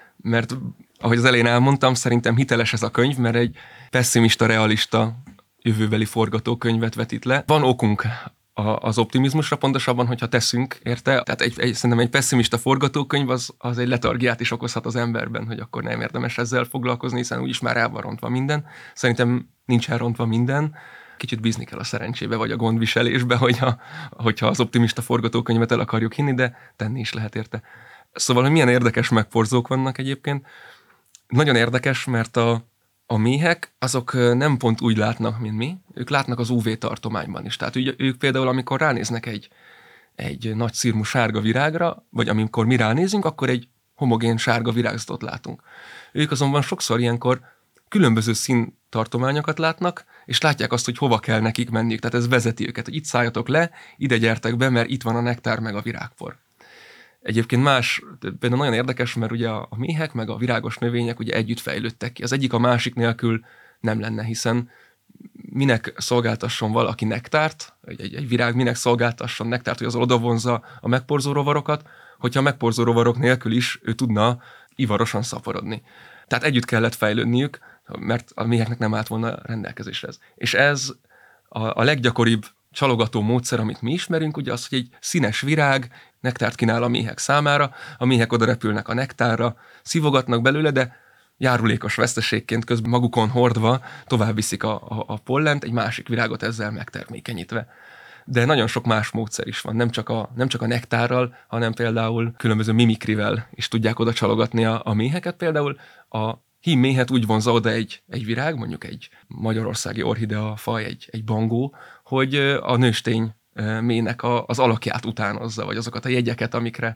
ahogy az elején elmondtam, szerintem hiteles ez a könyv, mert egy pessimista, realista jövőbeli forgatókönyvet vetít le. Van okunk az optimizmusra, pontosabban, hogyha teszünk érte. Tehát szerintem egy pessimista forgatókönyv az egy letargiát is okozhat az emberben, hogy akkor nem érdemes ezzel foglalkozni, hiszen úgyis már el van rontva minden. Szerintem nincs elrontva minden. Kicsit bízni kell a szerencsébe, vagy a gondviselésbe, hogyha az optimista forgatókönyvet el akarjuk hinni, de tenni is lehet érte. Szóval, hogy milyen érdekes megporzók vannak egyébként. Nagyon érdekes, mert a méhek azok nem pont úgy látnak, mint mi, ők látnak az UV tartományban is. Tehát ők például, amikor ránéznek egy nagy szirmú sárga virágra, vagy amikor mi ránézünk, akkor egy homogén sárga virágzatot látunk. Ők azonban sokszor ilyenkor különböző színtartományokat látnak, és látják azt, hogy hova kell nekik menniük. Tehát ez vezeti őket, hogy itt szálljatok le, ide gyertek be, mert itt van a nektár meg a virágpor. Egyébként például nagyon érdekes, mert ugye a méhek meg a virágos növények ugye együtt fejlődtek ki. Az egyik a másik nélkül nem lenne, hiszen minek szolgáltasson valaki nektárt, egy virág minek szolgáltasson nektárt, hogy az odavonzza a megporzó rovarokat, hogyha a megporzó rovarok nélkül is ő tudna ivarosan szaporodni. Tehát együtt kellett fejlődniük, mert a méheknek nem állt volna rendelkezésre ez. És ez a leggyakoribb csalogató módszer, amit mi ismerünk, ugye az, hogy egy színes virág nektárt kínál a méhek számára, a méhek oda repülnek a nektárra, szívogatnak belőle, de járulékos veszteségként közben magukon hordva tovább viszik a pollent, egy másik virágot ezzel megtermékenyítve. De nagyon sok más módszer is van, nem csak a nektárral, hanem például különböző mimikrivel is tudják oda csalogatni a méheket. Például a hímméhet úgy vonza oda egy virág, mondjuk egy magyarországi orchidea faj, egy bangó, hogy a nőstény méhnek az alakját utánozza, vagy azokat a jegyeket,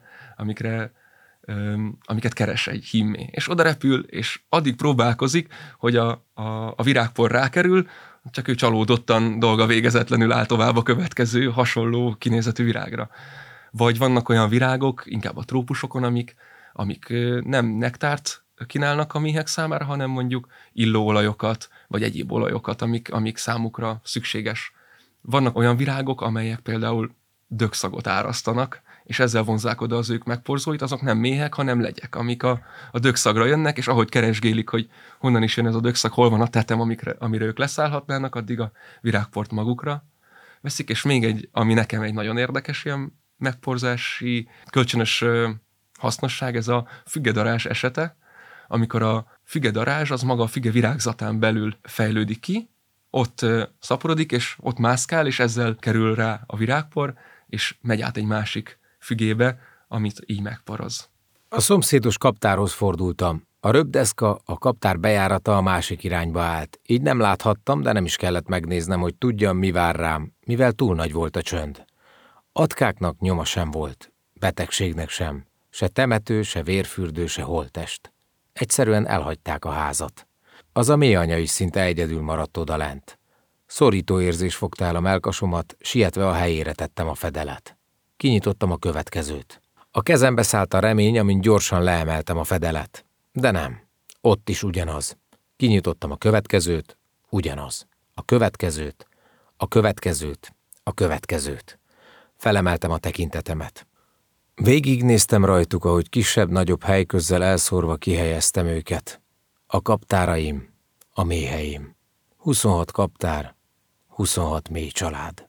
amiket keres egy hímméh. És oda repül, és addig próbálkozik, hogy a virágpor rákerül, csak ő csalódottan, dolga végezetlenül áll tovább a következő hasonló kinézetű virágra. Vagy vannak olyan virágok, inkább a trópusokon, amik nem nektárt kínálnak a méhek számára, hanem mondjuk illóolajokat, vagy egyéb olajokat, amik számukra szükséges. Vannak olyan virágok, amelyek például dögszagot árasztanak, és ezzel vonzzák oda az ők megporzóit, azok nem méhek, hanem legyek, amik a dögszagra jönnek, és ahogy keresgélik, hogy honnan is jön ez a dögszag, hol van a tetem, amire ők leszállhatnának, addig a virágport magukra veszik, és még egy, ami nekem egy nagyon érdekes ilyen megporzási kölcsönös hasznosság, ez a fügedarázs esete, amikor a fügedarázs az maga a füge virágzatán belül fejlődik ki, ott szaporodik, és ott mászkál, és ezzel kerül rá a virágpor, és megy át egy másik fügébe, amit így megporoz. A szomszédos kaptárhoz fordultam. A röpdeszka, a kaptár bejárata a másik irányba állt. Így nem láthattam, de nem is kellett megnéznem, hogy tudjam, mi vár rám, mivel túl nagy volt a csönd. Atkáknak nyoma sem volt, betegségnek sem, se temető, se vérfürdő, se holttest. Egyszerűen elhagyták a házat. Az a méhanya is szinte egyedül maradt odalent. Szorító érzés fogta el a mellkasomat, sietve a helyére tettem a fedelet. Kinyitottam a következőt. A kezembe szállt a remény, amint gyorsan leemeltem a fedelet. De nem, ott is ugyanaz. Kinyitottam a következőt, ugyanaz. A következőt, a következőt, a következőt. Felemeltem a tekintetemet. Végignéztem rajtuk, ahogy kisebb-nagyobb helyközzel elszórva kihelyeztem őket. A kaptáraim, a méheim. 26 kaptár, 26 méh család.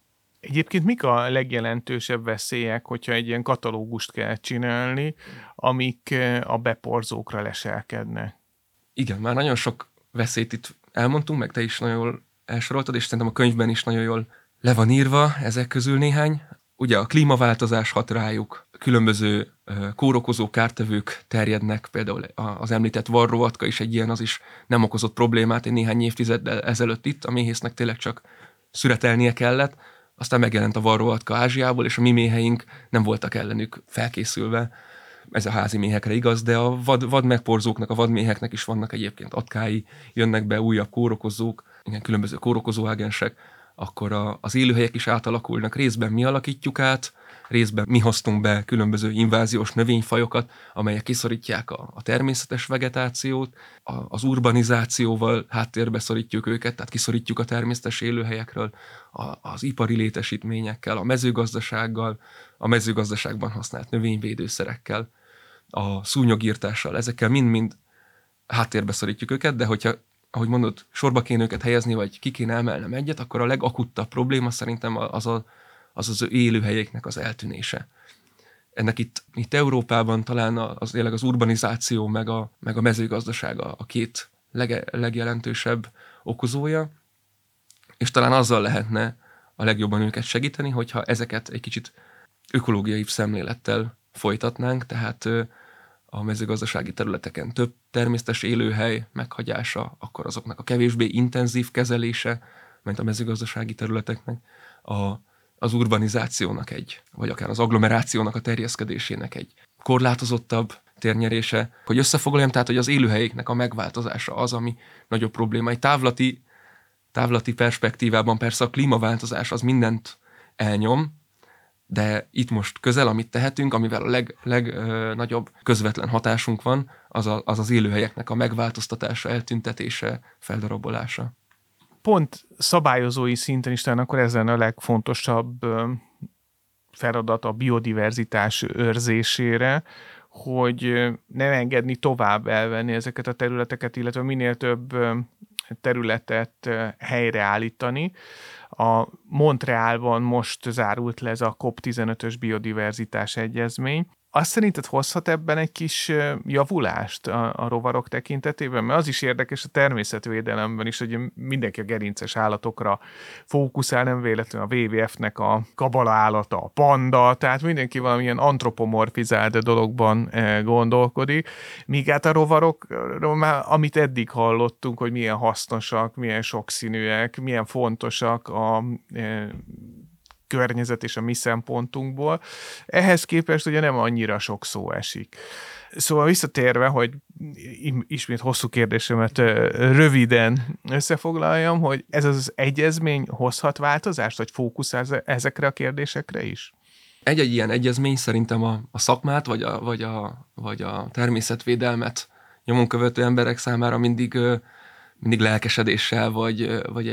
Egyébként mik a legjelentősebb veszélyek, hogyha egy ilyen katalógust kell csinálni, amik a beporzókra leselkednek? Igen, már nagyon sok veszélyt itt elmondtunk, meg te is nagyon jól elsoroltad, és szerintem a könyvben is nagyon jól le van írva ezek közül néhány. Ugye a klímaváltozás hat rájuk, különböző kórokozó kártevők terjednek, például az említett varroatka is egy ilyen, az is nem okozott problémát egy néhány évtizeddel ezelőtt itt, a méhésznek tényleg csak szüretelnie kellett, aztán megjelent a varroatka Ázsiából, és a mi méheink nem voltak ellenük felkészülve. Ez a házi méhekre igaz, de a vadmegporzóknak, a vadméheknek is vannak egyébként atkái, jönnek be újabb kórokozók, igen, különböző kórokozóágensek, akkor az élőhelyek is átalakulnak. Részben mi alakítjuk át, részben mi hoztunk be különböző inváziós növényfajokat, amelyek kiszorítják a természetes vegetációt, az urbanizációval háttérbe szorítjuk őket, tehát kiszorítjuk a természetes élőhelyekről, az ipari létesítményekkel, a mezőgazdasággal, a mezőgazdaságban használt növényvédőszerekkel, a szúnyogírtással, ezekkel mind-mind háttérbe szorítjuk őket, de hogyha, ahogy mondod, sorba kéne őket helyezni, vagy ki kéne emelnem egyet, akkor a legakuttabb probléma szerintem az élőhelyeknek az eltűnése. Ennek itt Európában talán az urbanizáció meg a mezőgazdaság a két legjelentősebb okozója, és talán azzal lehetne a legjobban őket segíteni, hogyha ezeket egy kicsit ökológiai szemlélettel folytatnánk, tehát a mezőgazdasági területeken több természetes élőhely meghagyása, akkor azoknak a kevésbé intenzív kezelése, mint a mezőgazdasági területeknek, az urbanizációnak vagy akár az agglomerációnak a terjeszkedésének egy korlátozottabb térnyerése, hogy összefoglaljam, tehát, hogy az élőhelyeknek a megváltozása az, ami nagyobb probléma. Egy távlati perspektívában persze a klímaváltozás az mindent elnyom, de itt most közel, amit tehetünk, amivel a legnagyobb közvetlen hatásunk van, az élőhelyeknek a megváltoztatása, eltüntetése, feldarabolása. Pont szabályozói szinten is talán akkor ezen a legfontosabb feladat a biodiverzitás őrzésére, hogy nem engedni tovább elvenni ezeket a területeket, illetve minél több területet helyreállítani. A Montrealban most zárult le ez a COP15-ös biodiverzitás egyezmény. Azt szerinted hozhat ebben egy kis javulást a rovarok tekintetében? Mert az is érdekes a természetvédelemben is, hogy mindenki a gerinces állatokra fókuszál, nem véletlenül a WWF-nek a kabala állata, a panda, tehát mindenki valamilyen antropomorfizált dologban gondolkodik, míg hát a rovarokról már, amit eddig hallottunk, hogy milyen hasznosak, milyen sokszínűek, milyen fontosak a környezet és a mi szempontunkból. Ehhez képest ugye nem annyira sok szó esik. Szóval visszatérve, hogy ismét hosszú kérdésemet röviden összefoglaljam, hogy ez az egyezmény hozhat változást, vagy fókuszál ezekre a kérdésekre is? Egy ilyen egyezmény szerintem a szakmát, vagy a természetvédelmet nyomon követő emberek számára mindig lelkesedéssel, vagy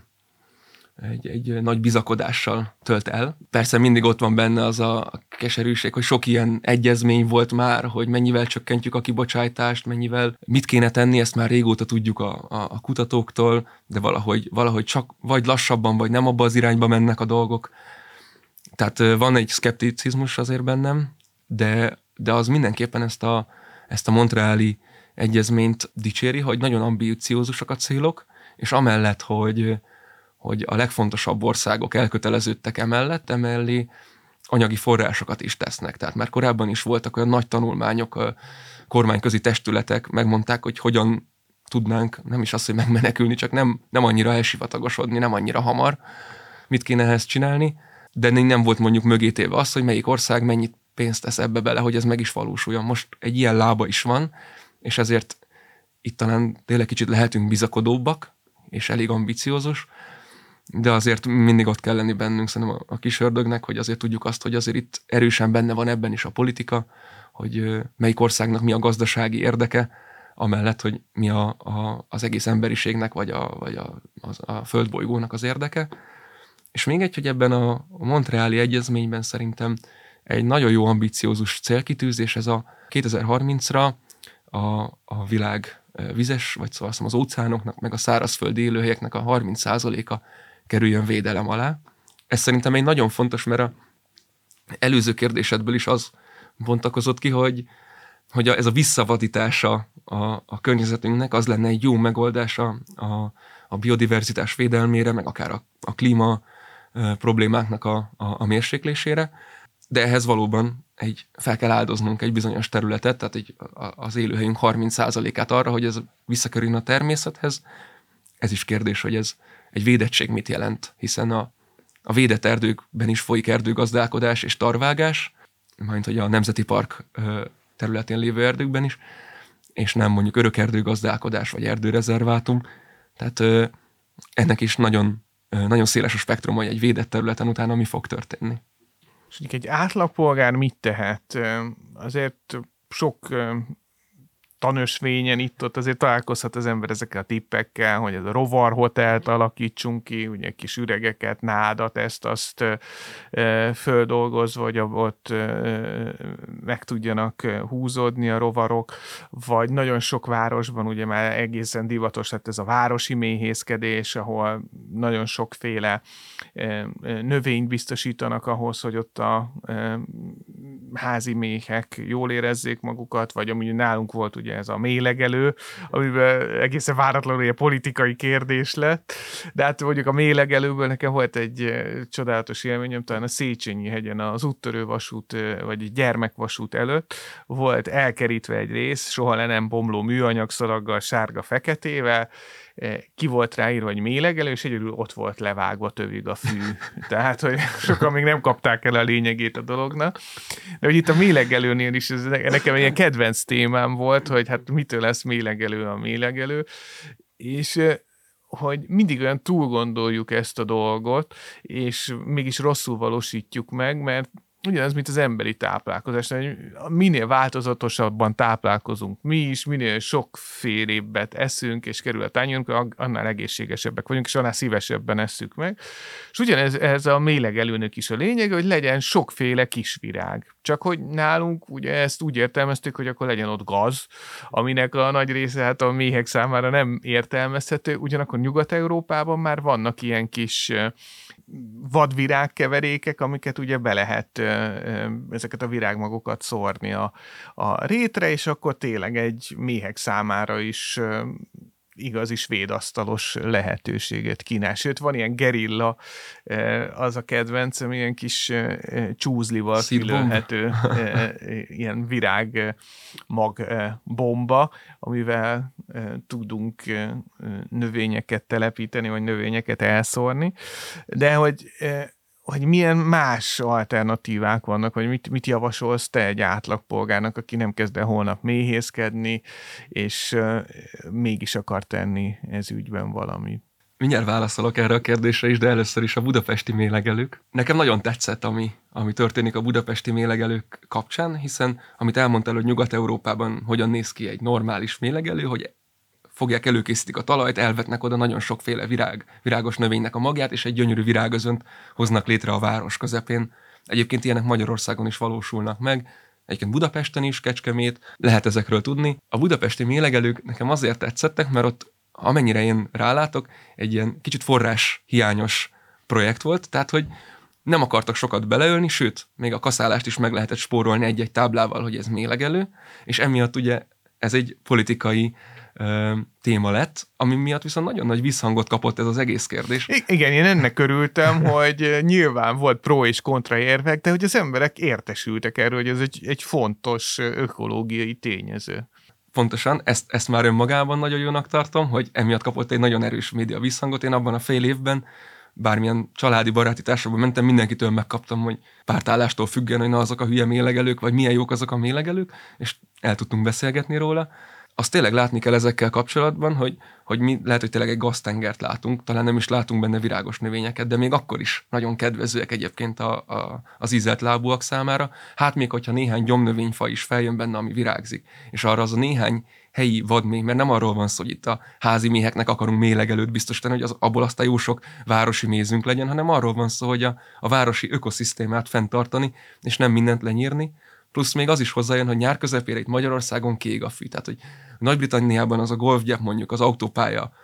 egy nagy bizakodással tölt el. Persze mindig ott van benne az a keserűség, hogy sok ilyen egyezmény volt már, hogy mennyivel csökkentjük a kibocsátást, mit kéne tenni, ezt már régóta tudjuk a kutatóktól, de valahogy csak vagy lassabban, vagy nem abba az irányba mennek a dolgok. Tehát van egy szkepticizmus azért bennem, de az mindenképpen ezt a montreali egyezményt dicséri, hogy nagyon ambiciózusak a célok, és amellett, hogy a legfontosabb országok elköteleződtek emellé anyagi forrásokat is tesznek. Tehát már korábban is voltak olyan nagy tanulmányok, kormányközi testületek megmondták, hogy hogyan tudnánk, nem is az, hogy megmenekülni, csak nem annyira elsivatagosodni, nem annyira hamar, mit kéne ehhez csinálni, de nem volt mondjuk mögétéve az, hogy melyik ország mennyit pénzt tesz ebbe bele, hogy ez meg is valósuljon. Most egy ilyen lába is van, és ezért itt talán tényleg kicsit lehetünk bizakodóbbak, és elég ambiciózus, de azért mindig ott kell lenni bennünk szerintem a kis ördögnek, hogy azért tudjuk azt, hogy azért itt erősen benne van ebben is a politika, hogy melyik országnak mi a gazdasági érdeke, amellett, hogy mi az egész emberiségnek, vagy a földbolygónak az érdeke. És még egy, hogy ebben a montreali egyezményben szerintem egy nagyon jó ambiciózus célkitűzés, ez a 2030-ra a világ vizes, vagy szóval az óceánoknak, meg a szárazföldi élőhelyeknek a 30%-a kerüljön védelem alá. Ez szerintem egy nagyon fontos, mert a előző kérdésedből is az bontakozott ki, hogy ez a visszavadítása a környezetünknek az lenne egy jó megoldás a biodiverzitás védelmére, meg akár a klíma problémáknak a mérséklésére, de ehhez valóban fel kell áldoznunk egy bizonyos területet, tehát az élőhelyünk 30%-át arra, hogy ez visszakerüljön a természethez. Ez is kérdés, hogy ez egy védettség mit jelent, hiszen a védett erdőkben is folyik erdőgazdálkodás és tarvágás, majd hogy a Nemzeti Park területén lévő erdőkben is, és nem mondjuk örökerdőgazdálkodás vagy erdőrezervátum. Tehát ennek is nagyon, nagyon széles a spektrum, hogy egy védett területen utána mi fog történni. És egy átlagpolgár mit tehet? Azért sok tanösvényen itt-ott azért találkozhat az ember ezekkel a tippekkel, hogy ez a rovarhotelt alakítsunk ki, ugye kis üregeket, nádat, ezt-azt földolgozva, hogy ott meg tudjanak húzódni a rovarok, vagy nagyon sok városban ugye már egészen divatos lett ez a városi méhészkedés, ahol nagyon sokféle növényt biztosítanak ahhoz, hogy ott a házi méhek jól érezzék magukat, vagy ami nálunk volt ugye ez a méhlegelő, amiben egészen váratlanul ilyen politikai kérdés lett, de hát mondjuk a méhlegelőből nekem volt egy csodálatos élményem, talán a Széchenyi hegyen az úttörő vasút, vagy egy gyermekvasút előtt volt elkerítve egy rész, soha le nem bomló műanyagszalaggal, sárga-feketével, ki volt ráírva, hogy méhlegelő, és egyedül ott volt levágva tövig a fű. Tehát, hogy sokan még nem kapták el a lényegét a dolognak. De hogy itt a méhlegelőnél is, ez nekem egy ilyen kedvenc témám volt, hogy hát mitől lesz méhlegelő a méhlegelő, és hogy mindig olyan túl gondoljuk ezt a dolgot, és mégis rosszul valósítjuk meg, mert ugyanaz, mint az emberi táplálkozás, hogy minél változatosabban táplálkozunk mi is, minél sokfélébbet eszünk, és kerül a tányérunkra, annál egészségesebbek vagyunk, és annál szívesebben esszük meg. És ugyanez a méhlegelőnek is a lényeg, hogy legyen sokféle kisvirág. Csak hogy nálunk ugye ezt úgy értelmeztük, hogy akkor legyen ott gaz, aminek a nagy része hát a méhek számára nem értelmezhető, ugyanakkor Nyugat-Európában már vannak ilyen kis vadvirágkeverékek, amiket ugye be lehet ezeket a virágmagokat szórni a rétre, és akkor tényleg egy méhek számára is igazi svédasztalos lehetőséget kínál. Sőt, van ilyen gerilla, az a kedvencem, ilyen kis csúzlival kilőhető ilyen virágmag bomba, amivel tudunk növényeket telepíteni, vagy növényeket elszórni. De hogy milyen más alternatívák vannak, vagy mit javasolsz te egy átlagpolgárnak, aki nem kezd el holnap méhészkedni, és mégis akar tenni ez ügyben valamit? Mindjárt válaszolok erre a kérdésre is, de először is a budapesti méhlegelők. Nekem nagyon tetszett, ami történik a budapesti méhlegelők kapcsán, hiszen amit elmondtál, hogy Nyugat-Európában hogyan néz ki egy normális méhlegelő, hogy fogják, előkészítik a talajt, elvetnek oda nagyon sokféle virágos növénynek a magját, és egy gyönyörű virágözönt hoznak létre a város közepén. Egyébként ilyenek Magyarországon is valósulnak meg, egyébként Budapesten is, Kecskemét, lehet ezekről tudni. A budapesti méhlegelők nekem azért tetszettek, mert ott, amennyire én rálátok, egy ilyen kicsit forráshiányos projekt volt, tehát hogy nem akartak sokat beleölni, sőt, még a kaszálást is meg lehetett spórolni egy-egy táblával, hogy ez méhlegelő, és emiatt ugye ez egy politikai téma lett, ami miatt viszont nagyon nagy visszhangot kapott ez az egész kérdés. Igen, én ennek örültem, hogy nyilván volt pro és kontra érvek, de hogy az emberek értesültek erről, hogy ez egy fontos ökológiai tényező. Pontosan, ezt már önmagában nagyon jónak tartom, hogy emiatt kapott egy nagyon erős média visszhangot. Én abban a fél évben bármilyen családi baráti társaságban mentem, mindenkitől megkaptam, hogy pártállástól függen, hogy na azok a hülye méhlegelők, vagy milyen jók azok a méhlegelők, és el tudtunk beszélgetni róla. Azt tényleg látni kell ezekkel kapcsolatban, hogy mi lehet, hogy tényleg egy gaztengert látunk, talán nem is látunk benne virágos növényeket, de még akkor is nagyon kedvezőek egyébként az ízelt lábúak számára. Hát még hogyha néhány gyomnövényfaj is feljön benne, ami virágzik, és arra az a néhány helyi vadméh, mert nem arról van szó, hogy itt a házi méheknek akarunk méhlegelőt biztosítani, hogy abból aztán jó sok városi mézünk legyen, hanem arról van szó, hogy a városi ökoszisztémát fenntartani, és nem mindent lenyírni. Plusz még az is hozzájön, hogy nyár közepére itt Magyarországon kiég a fű. Tehát, hogy Nagy-Britanniában az a golfgyep mondjuk az autópálya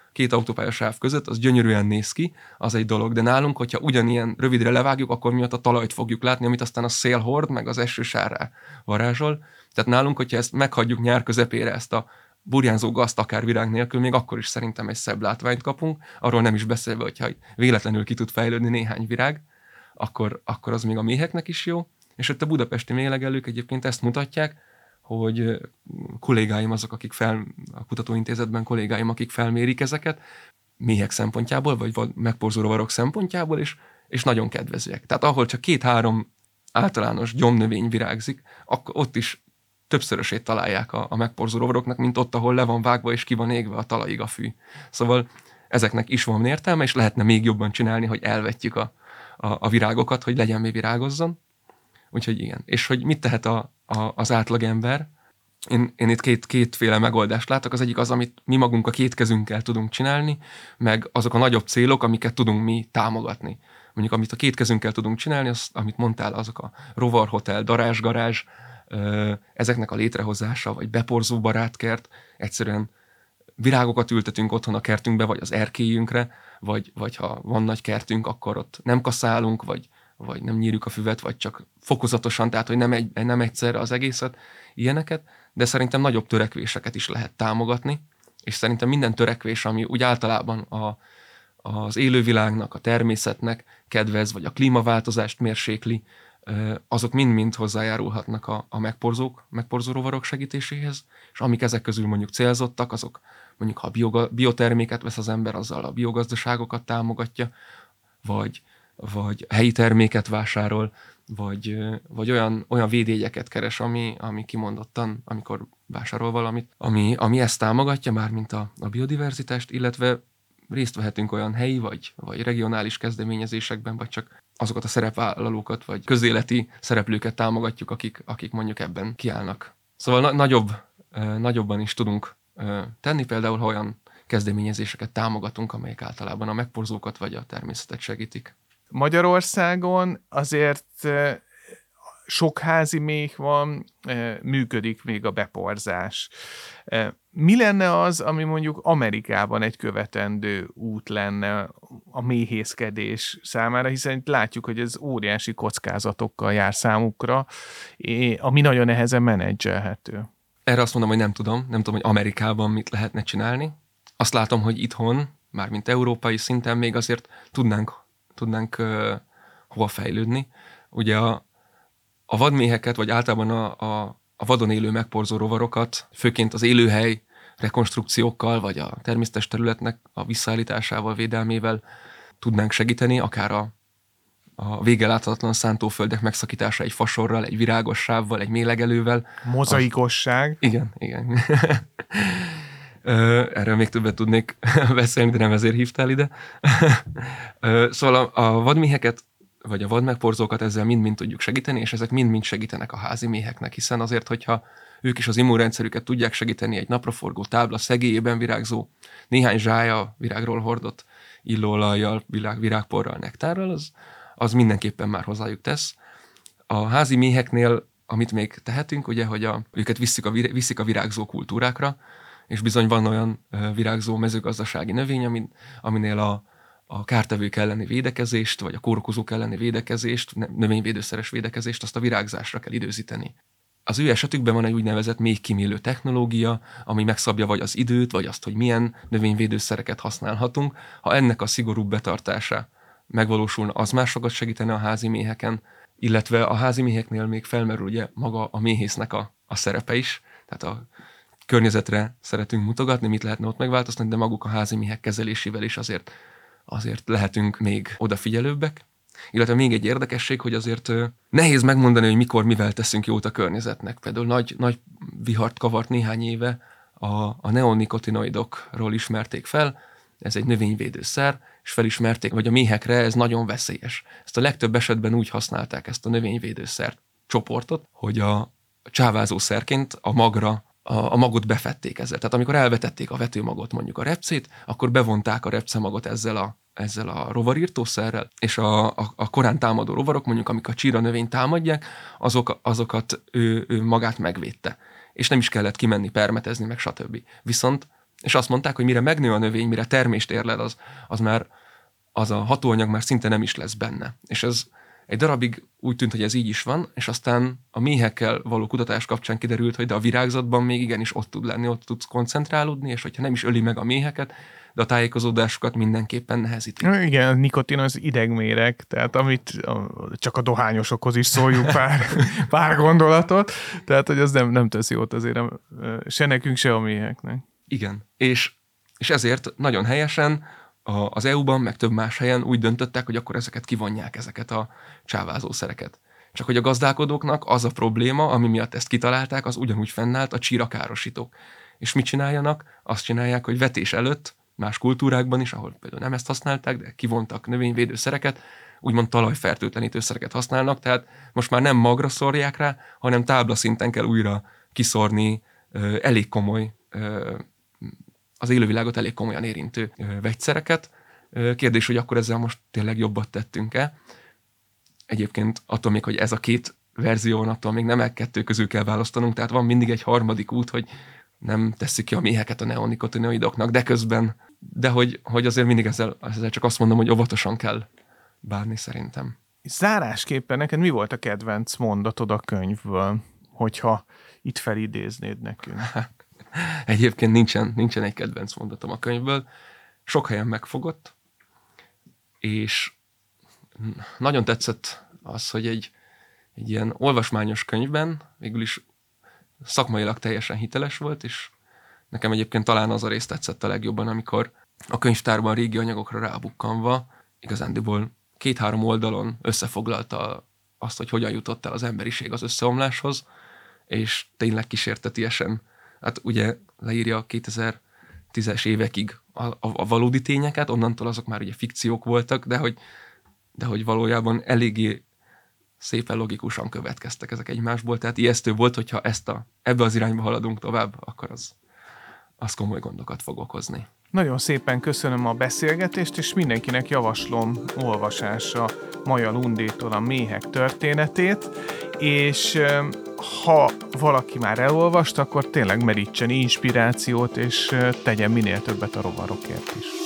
két autópálya sáv között, az gyönyörűen néz ki, az egy dolog, de nálunk, hogyha ugyanilyen rövidre levágjuk, akkor miatt a talajt fogjuk látni, amit aztán a szél hord, meg az eső sárrá varázsol. Tehát nálunk, hogyha ezt meghagyjuk nyár közepére, ezt a burjánzó gazt akár virág nélkül, még akkor is szerintem egy szebb látványt kapunk, arról nem is beszélve, hogyha véletlenül ki tud fejlődni néhány virág, akkor az még a méheknek is jó. És ott a budapesti méhlegelők egyébként ezt mutatják, hogy kollégáim azok, a kutatóintézetben kollégáim, akik felmérik ezeket, méhek szempontjából, vagy megporzó rovarok szempontjából, és nagyon kedvezőek. Tehát ahol csak 2-3 általános gyomnövény virágzik, akkor ott is többszörösét találják a megporzó rovaroknak, mint ott, ahol le van vágva és ki van égve a talajig a fű. Szóval ezeknek is van értelme, és lehetne még jobban csinálni, hogy elvetjük a virágokat, hogy legyen mi virágozzon. Úgyhogy igen. És hogy mit tehet az átlagember? Én itt kétféle megoldást látok. Az egyik az, amit mi magunk a két kezünkkel tudunk csinálni, meg azok a nagyobb célok, amiket tudunk mi támogatni. Mondjuk, amit a két kezünkkel tudunk csinálni, az, amit mondtál, azok a rovarhotel, darázsgarázs, ezeknek a létrehozása, vagy beporzó barátkert, egyszerűen virágokat ültetünk otthon a kertünkbe, vagy az erkélyünkre, vagy ha van nagy kertünk, akkor ott nem kaszálunk, vagy nem nyírjuk a füvet, vagy csak fokozatosan, tehát hogy nem egyszerre az egészet, ilyeneket, de szerintem nagyobb törekvéseket is lehet támogatni, és szerintem minden törekvés, ami úgy általában az élővilágnak, a természetnek kedvez, vagy a klímaváltozást mérsékli, azok mind-mind hozzájárulhatnak a megporzó rovarok segítéséhez, és amik ezek közül mondjuk célzottak, azok mondjuk ha bioterméket vesz az ember, azzal a biogazdaságokat támogatja, vagy helyi terméket vásárol, vagy olyan védjegyeket keres, ami kimondottan, amikor vásárol valamit, ami ezt támogatja, mármint a biodiverzitást, illetve részt vehetünk olyan helyi vagy regionális kezdeményezésekben, vagy csak azokat a szerepvállalókat, vagy közéleti szereplőket támogatjuk, akik mondjuk ebben kiállnak. Szóval nagyobban is tudunk tenni, például ha olyan kezdeményezéseket támogatunk, amelyek általában a megporzókat vagy a természetet segítik. Magyarországon azért sok házi méh van, működik még a beporzás. Mi lenne az, ami mondjuk Amerikában egy követendő út lenne a méhészkedés számára, hiszen itt látjuk, hogy ez óriási kockázatokkal jár számukra, ami nagyon nehezen menedzselhető. Erre azt mondom, hogy nem tudom, hogy Amerikában mit lehetne csinálni. Azt látom, hogy itthon, mármint európai szinten még azért tudnánk hova fejlődni. Ugye a vadméheket, vagy általában a vadon élő megporzó rovarokat, főként az élőhely rekonstrukciókkal, vagy a természetes területnek a visszaállításával, védelmével tudnánk segíteni, akár a vége láthatatlan szántóföldek megszakítása egy fasorral, egy virágos sávval, egy méhlegelővel. Mozaikosság. Igen. Erről még többet tudnék beszélni, de nem ezért hívtál ide. Szóval a vadméheket, vagy a vadmegporzókat ezzel mind-mind tudjuk segíteni, és ezek mind-mind segítenek a házi méheknek, hiszen azért, hogyha ők is az immunrendszerüket tudják segíteni egy napraforgó tábla szegélyében virágzó, néhány zsája virágról hordott illóolajjal, virágporral, nektárral, az mindenképpen már hozzájuk tesz. A házi méheknél, amit még tehetünk, ugye, hogy őket viszik a virágzó kultúrákra, és bizony van olyan virágzó mezőgazdasági növény, aminél a kártevők elleni védekezést, vagy a kórokozók elleni védekezést, növényvédőszeres védekezést, azt a virágzásra kell időzíteni. Az ő esetükben van egy úgynevezett méhkímélő technológia, ami megszabja vagy az időt, vagy azt, hogy milyen növényvédőszereket használhatunk. Ha ennek a szigorúbb betartása megvalósulna, az már sokat segítene a házi méheken, illetve a házi méheknél még felmerül ugye maga a méhésznek a szerepe is, tehát a környezetre szeretünk mutogatni, mit lehetne ott megváltoztatni, de maguk a házi méhek kezelésével is azért lehetünk még odafigyelőbbek. Illetve még egy érdekesség, hogy azért nehéz megmondani, hogy mikor, mivel teszünk jót a környezetnek. Például nagy vihart kavart néhány éve a neonikotinoidokról ismerték fel, ez egy növényvédőszer, és felismerték, hogy a méhekre ez nagyon veszélyes. Ezt a legtöbb esetben úgy használták, ezt a növényvédőszer csoportot, hogy a csávázószerként a magot befették ezzel. Tehát amikor elvetették a vetőmagot, mondjuk a repcét, akkor bevonták a repcemagot ezzel a rovarírtószerrel, és a korán támadó rovarok, mondjuk amik a csíra növényt támadják, azokat ő magát megvédte. És nem is kellett kimenni, permetezni, meg stb. Viszont És azt mondták, hogy mire megnő a növény, mire termést érlel, az a hatóanyag már szinte nem is lesz benne. És ez egy darabig úgy tűnt, hogy ez így is van, és aztán a méhekkel való kutatás kapcsán kiderült, hogy de a virágzatban még igenis ott tud lenni, ott tudsz koncentrálódni, és hogyha nem is öli meg a méheket, de a tájékozódásukat mindenképpen nehezíti. Igen, a nikotin az idegméreg, tehát amit csak a dohányosokhoz is szóljuk pár gondolatot, tehát hogy az nem tesz jót azért se nekünk, se a méheknek. Igen, és ezért nagyon helyesen az EU-ban, meg több más helyen úgy döntöttek, hogy akkor ezeket kivonják, ezeket a csávázószereket. Csak hogy a gazdálkodóknak az a probléma, ami miatt ezt kitalálták, az ugyanúgy fennállt, a csírakárosítók. És mit csináljanak? Azt csinálják, hogy vetés előtt, más kultúrákban is, ahol például nem ezt használták, de kivontak növényvédőszereket, úgymond talajfertőtlenítőszereket használnak, tehát most már nem magra szórják rá, hanem táblaszinten kell újra kiszórni elég komoly, az élővilágot elég komolyan érintő vegyszereket. Kérdés, hogy akkor ezzel most tényleg jobbat tettünk-e? Egyébként attól még, hogy ez a két verzió van, attól még nem kettő közül kell választanunk, tehát van mindig egy harmadik út, hogy nem tesszük ki a méheket a neonikotinoidoknak, de közben, de hogy azért mindig ezzel csak azt mondom, hogy óvatosan kell bánni szerintem. Zárásképpen neked mi volt a kedvenc mondatod a könyvből, hogyha itt felidéznéd nekünk? Egyébként nincsen egy kedvenc mondatom a könyvből. Sok helyen megfogott, és nagyon tetszett az, hogy egy ilyen olvasmányos könyvben végül is szakmailag teljesen hiteles volt, és nekem egyébként talán az a rész tetszett a legjobban, amikor a könyvtárban régi anyagokra rábukkanva igazándiból 2-3 oldalon összefoglalta azt, hogy hogyan jutott el az emberiség az összeomláshoz, és tényleg kísértetiesen, hát ugye leírja a 2010-es évekig a valódi tényeket, onnantól azok már ugye fikciók voltak, de hogy valójában eléggé szépen logikusan következtek ezek egymásból, tehát ijesztő volt, hogyha ebbe az irányba haladunk tovább, akkor az komoly gondokat fog okozni. Nagyon szépen köszönöm a beszélgetést, és mindenkinek javaslom olvasásra Maja Lundétól a Méhek történetét, és ha valaki már elolvast, akkor tényleg merítsen inspirációt, és tegyen minél többet a rovarokért is.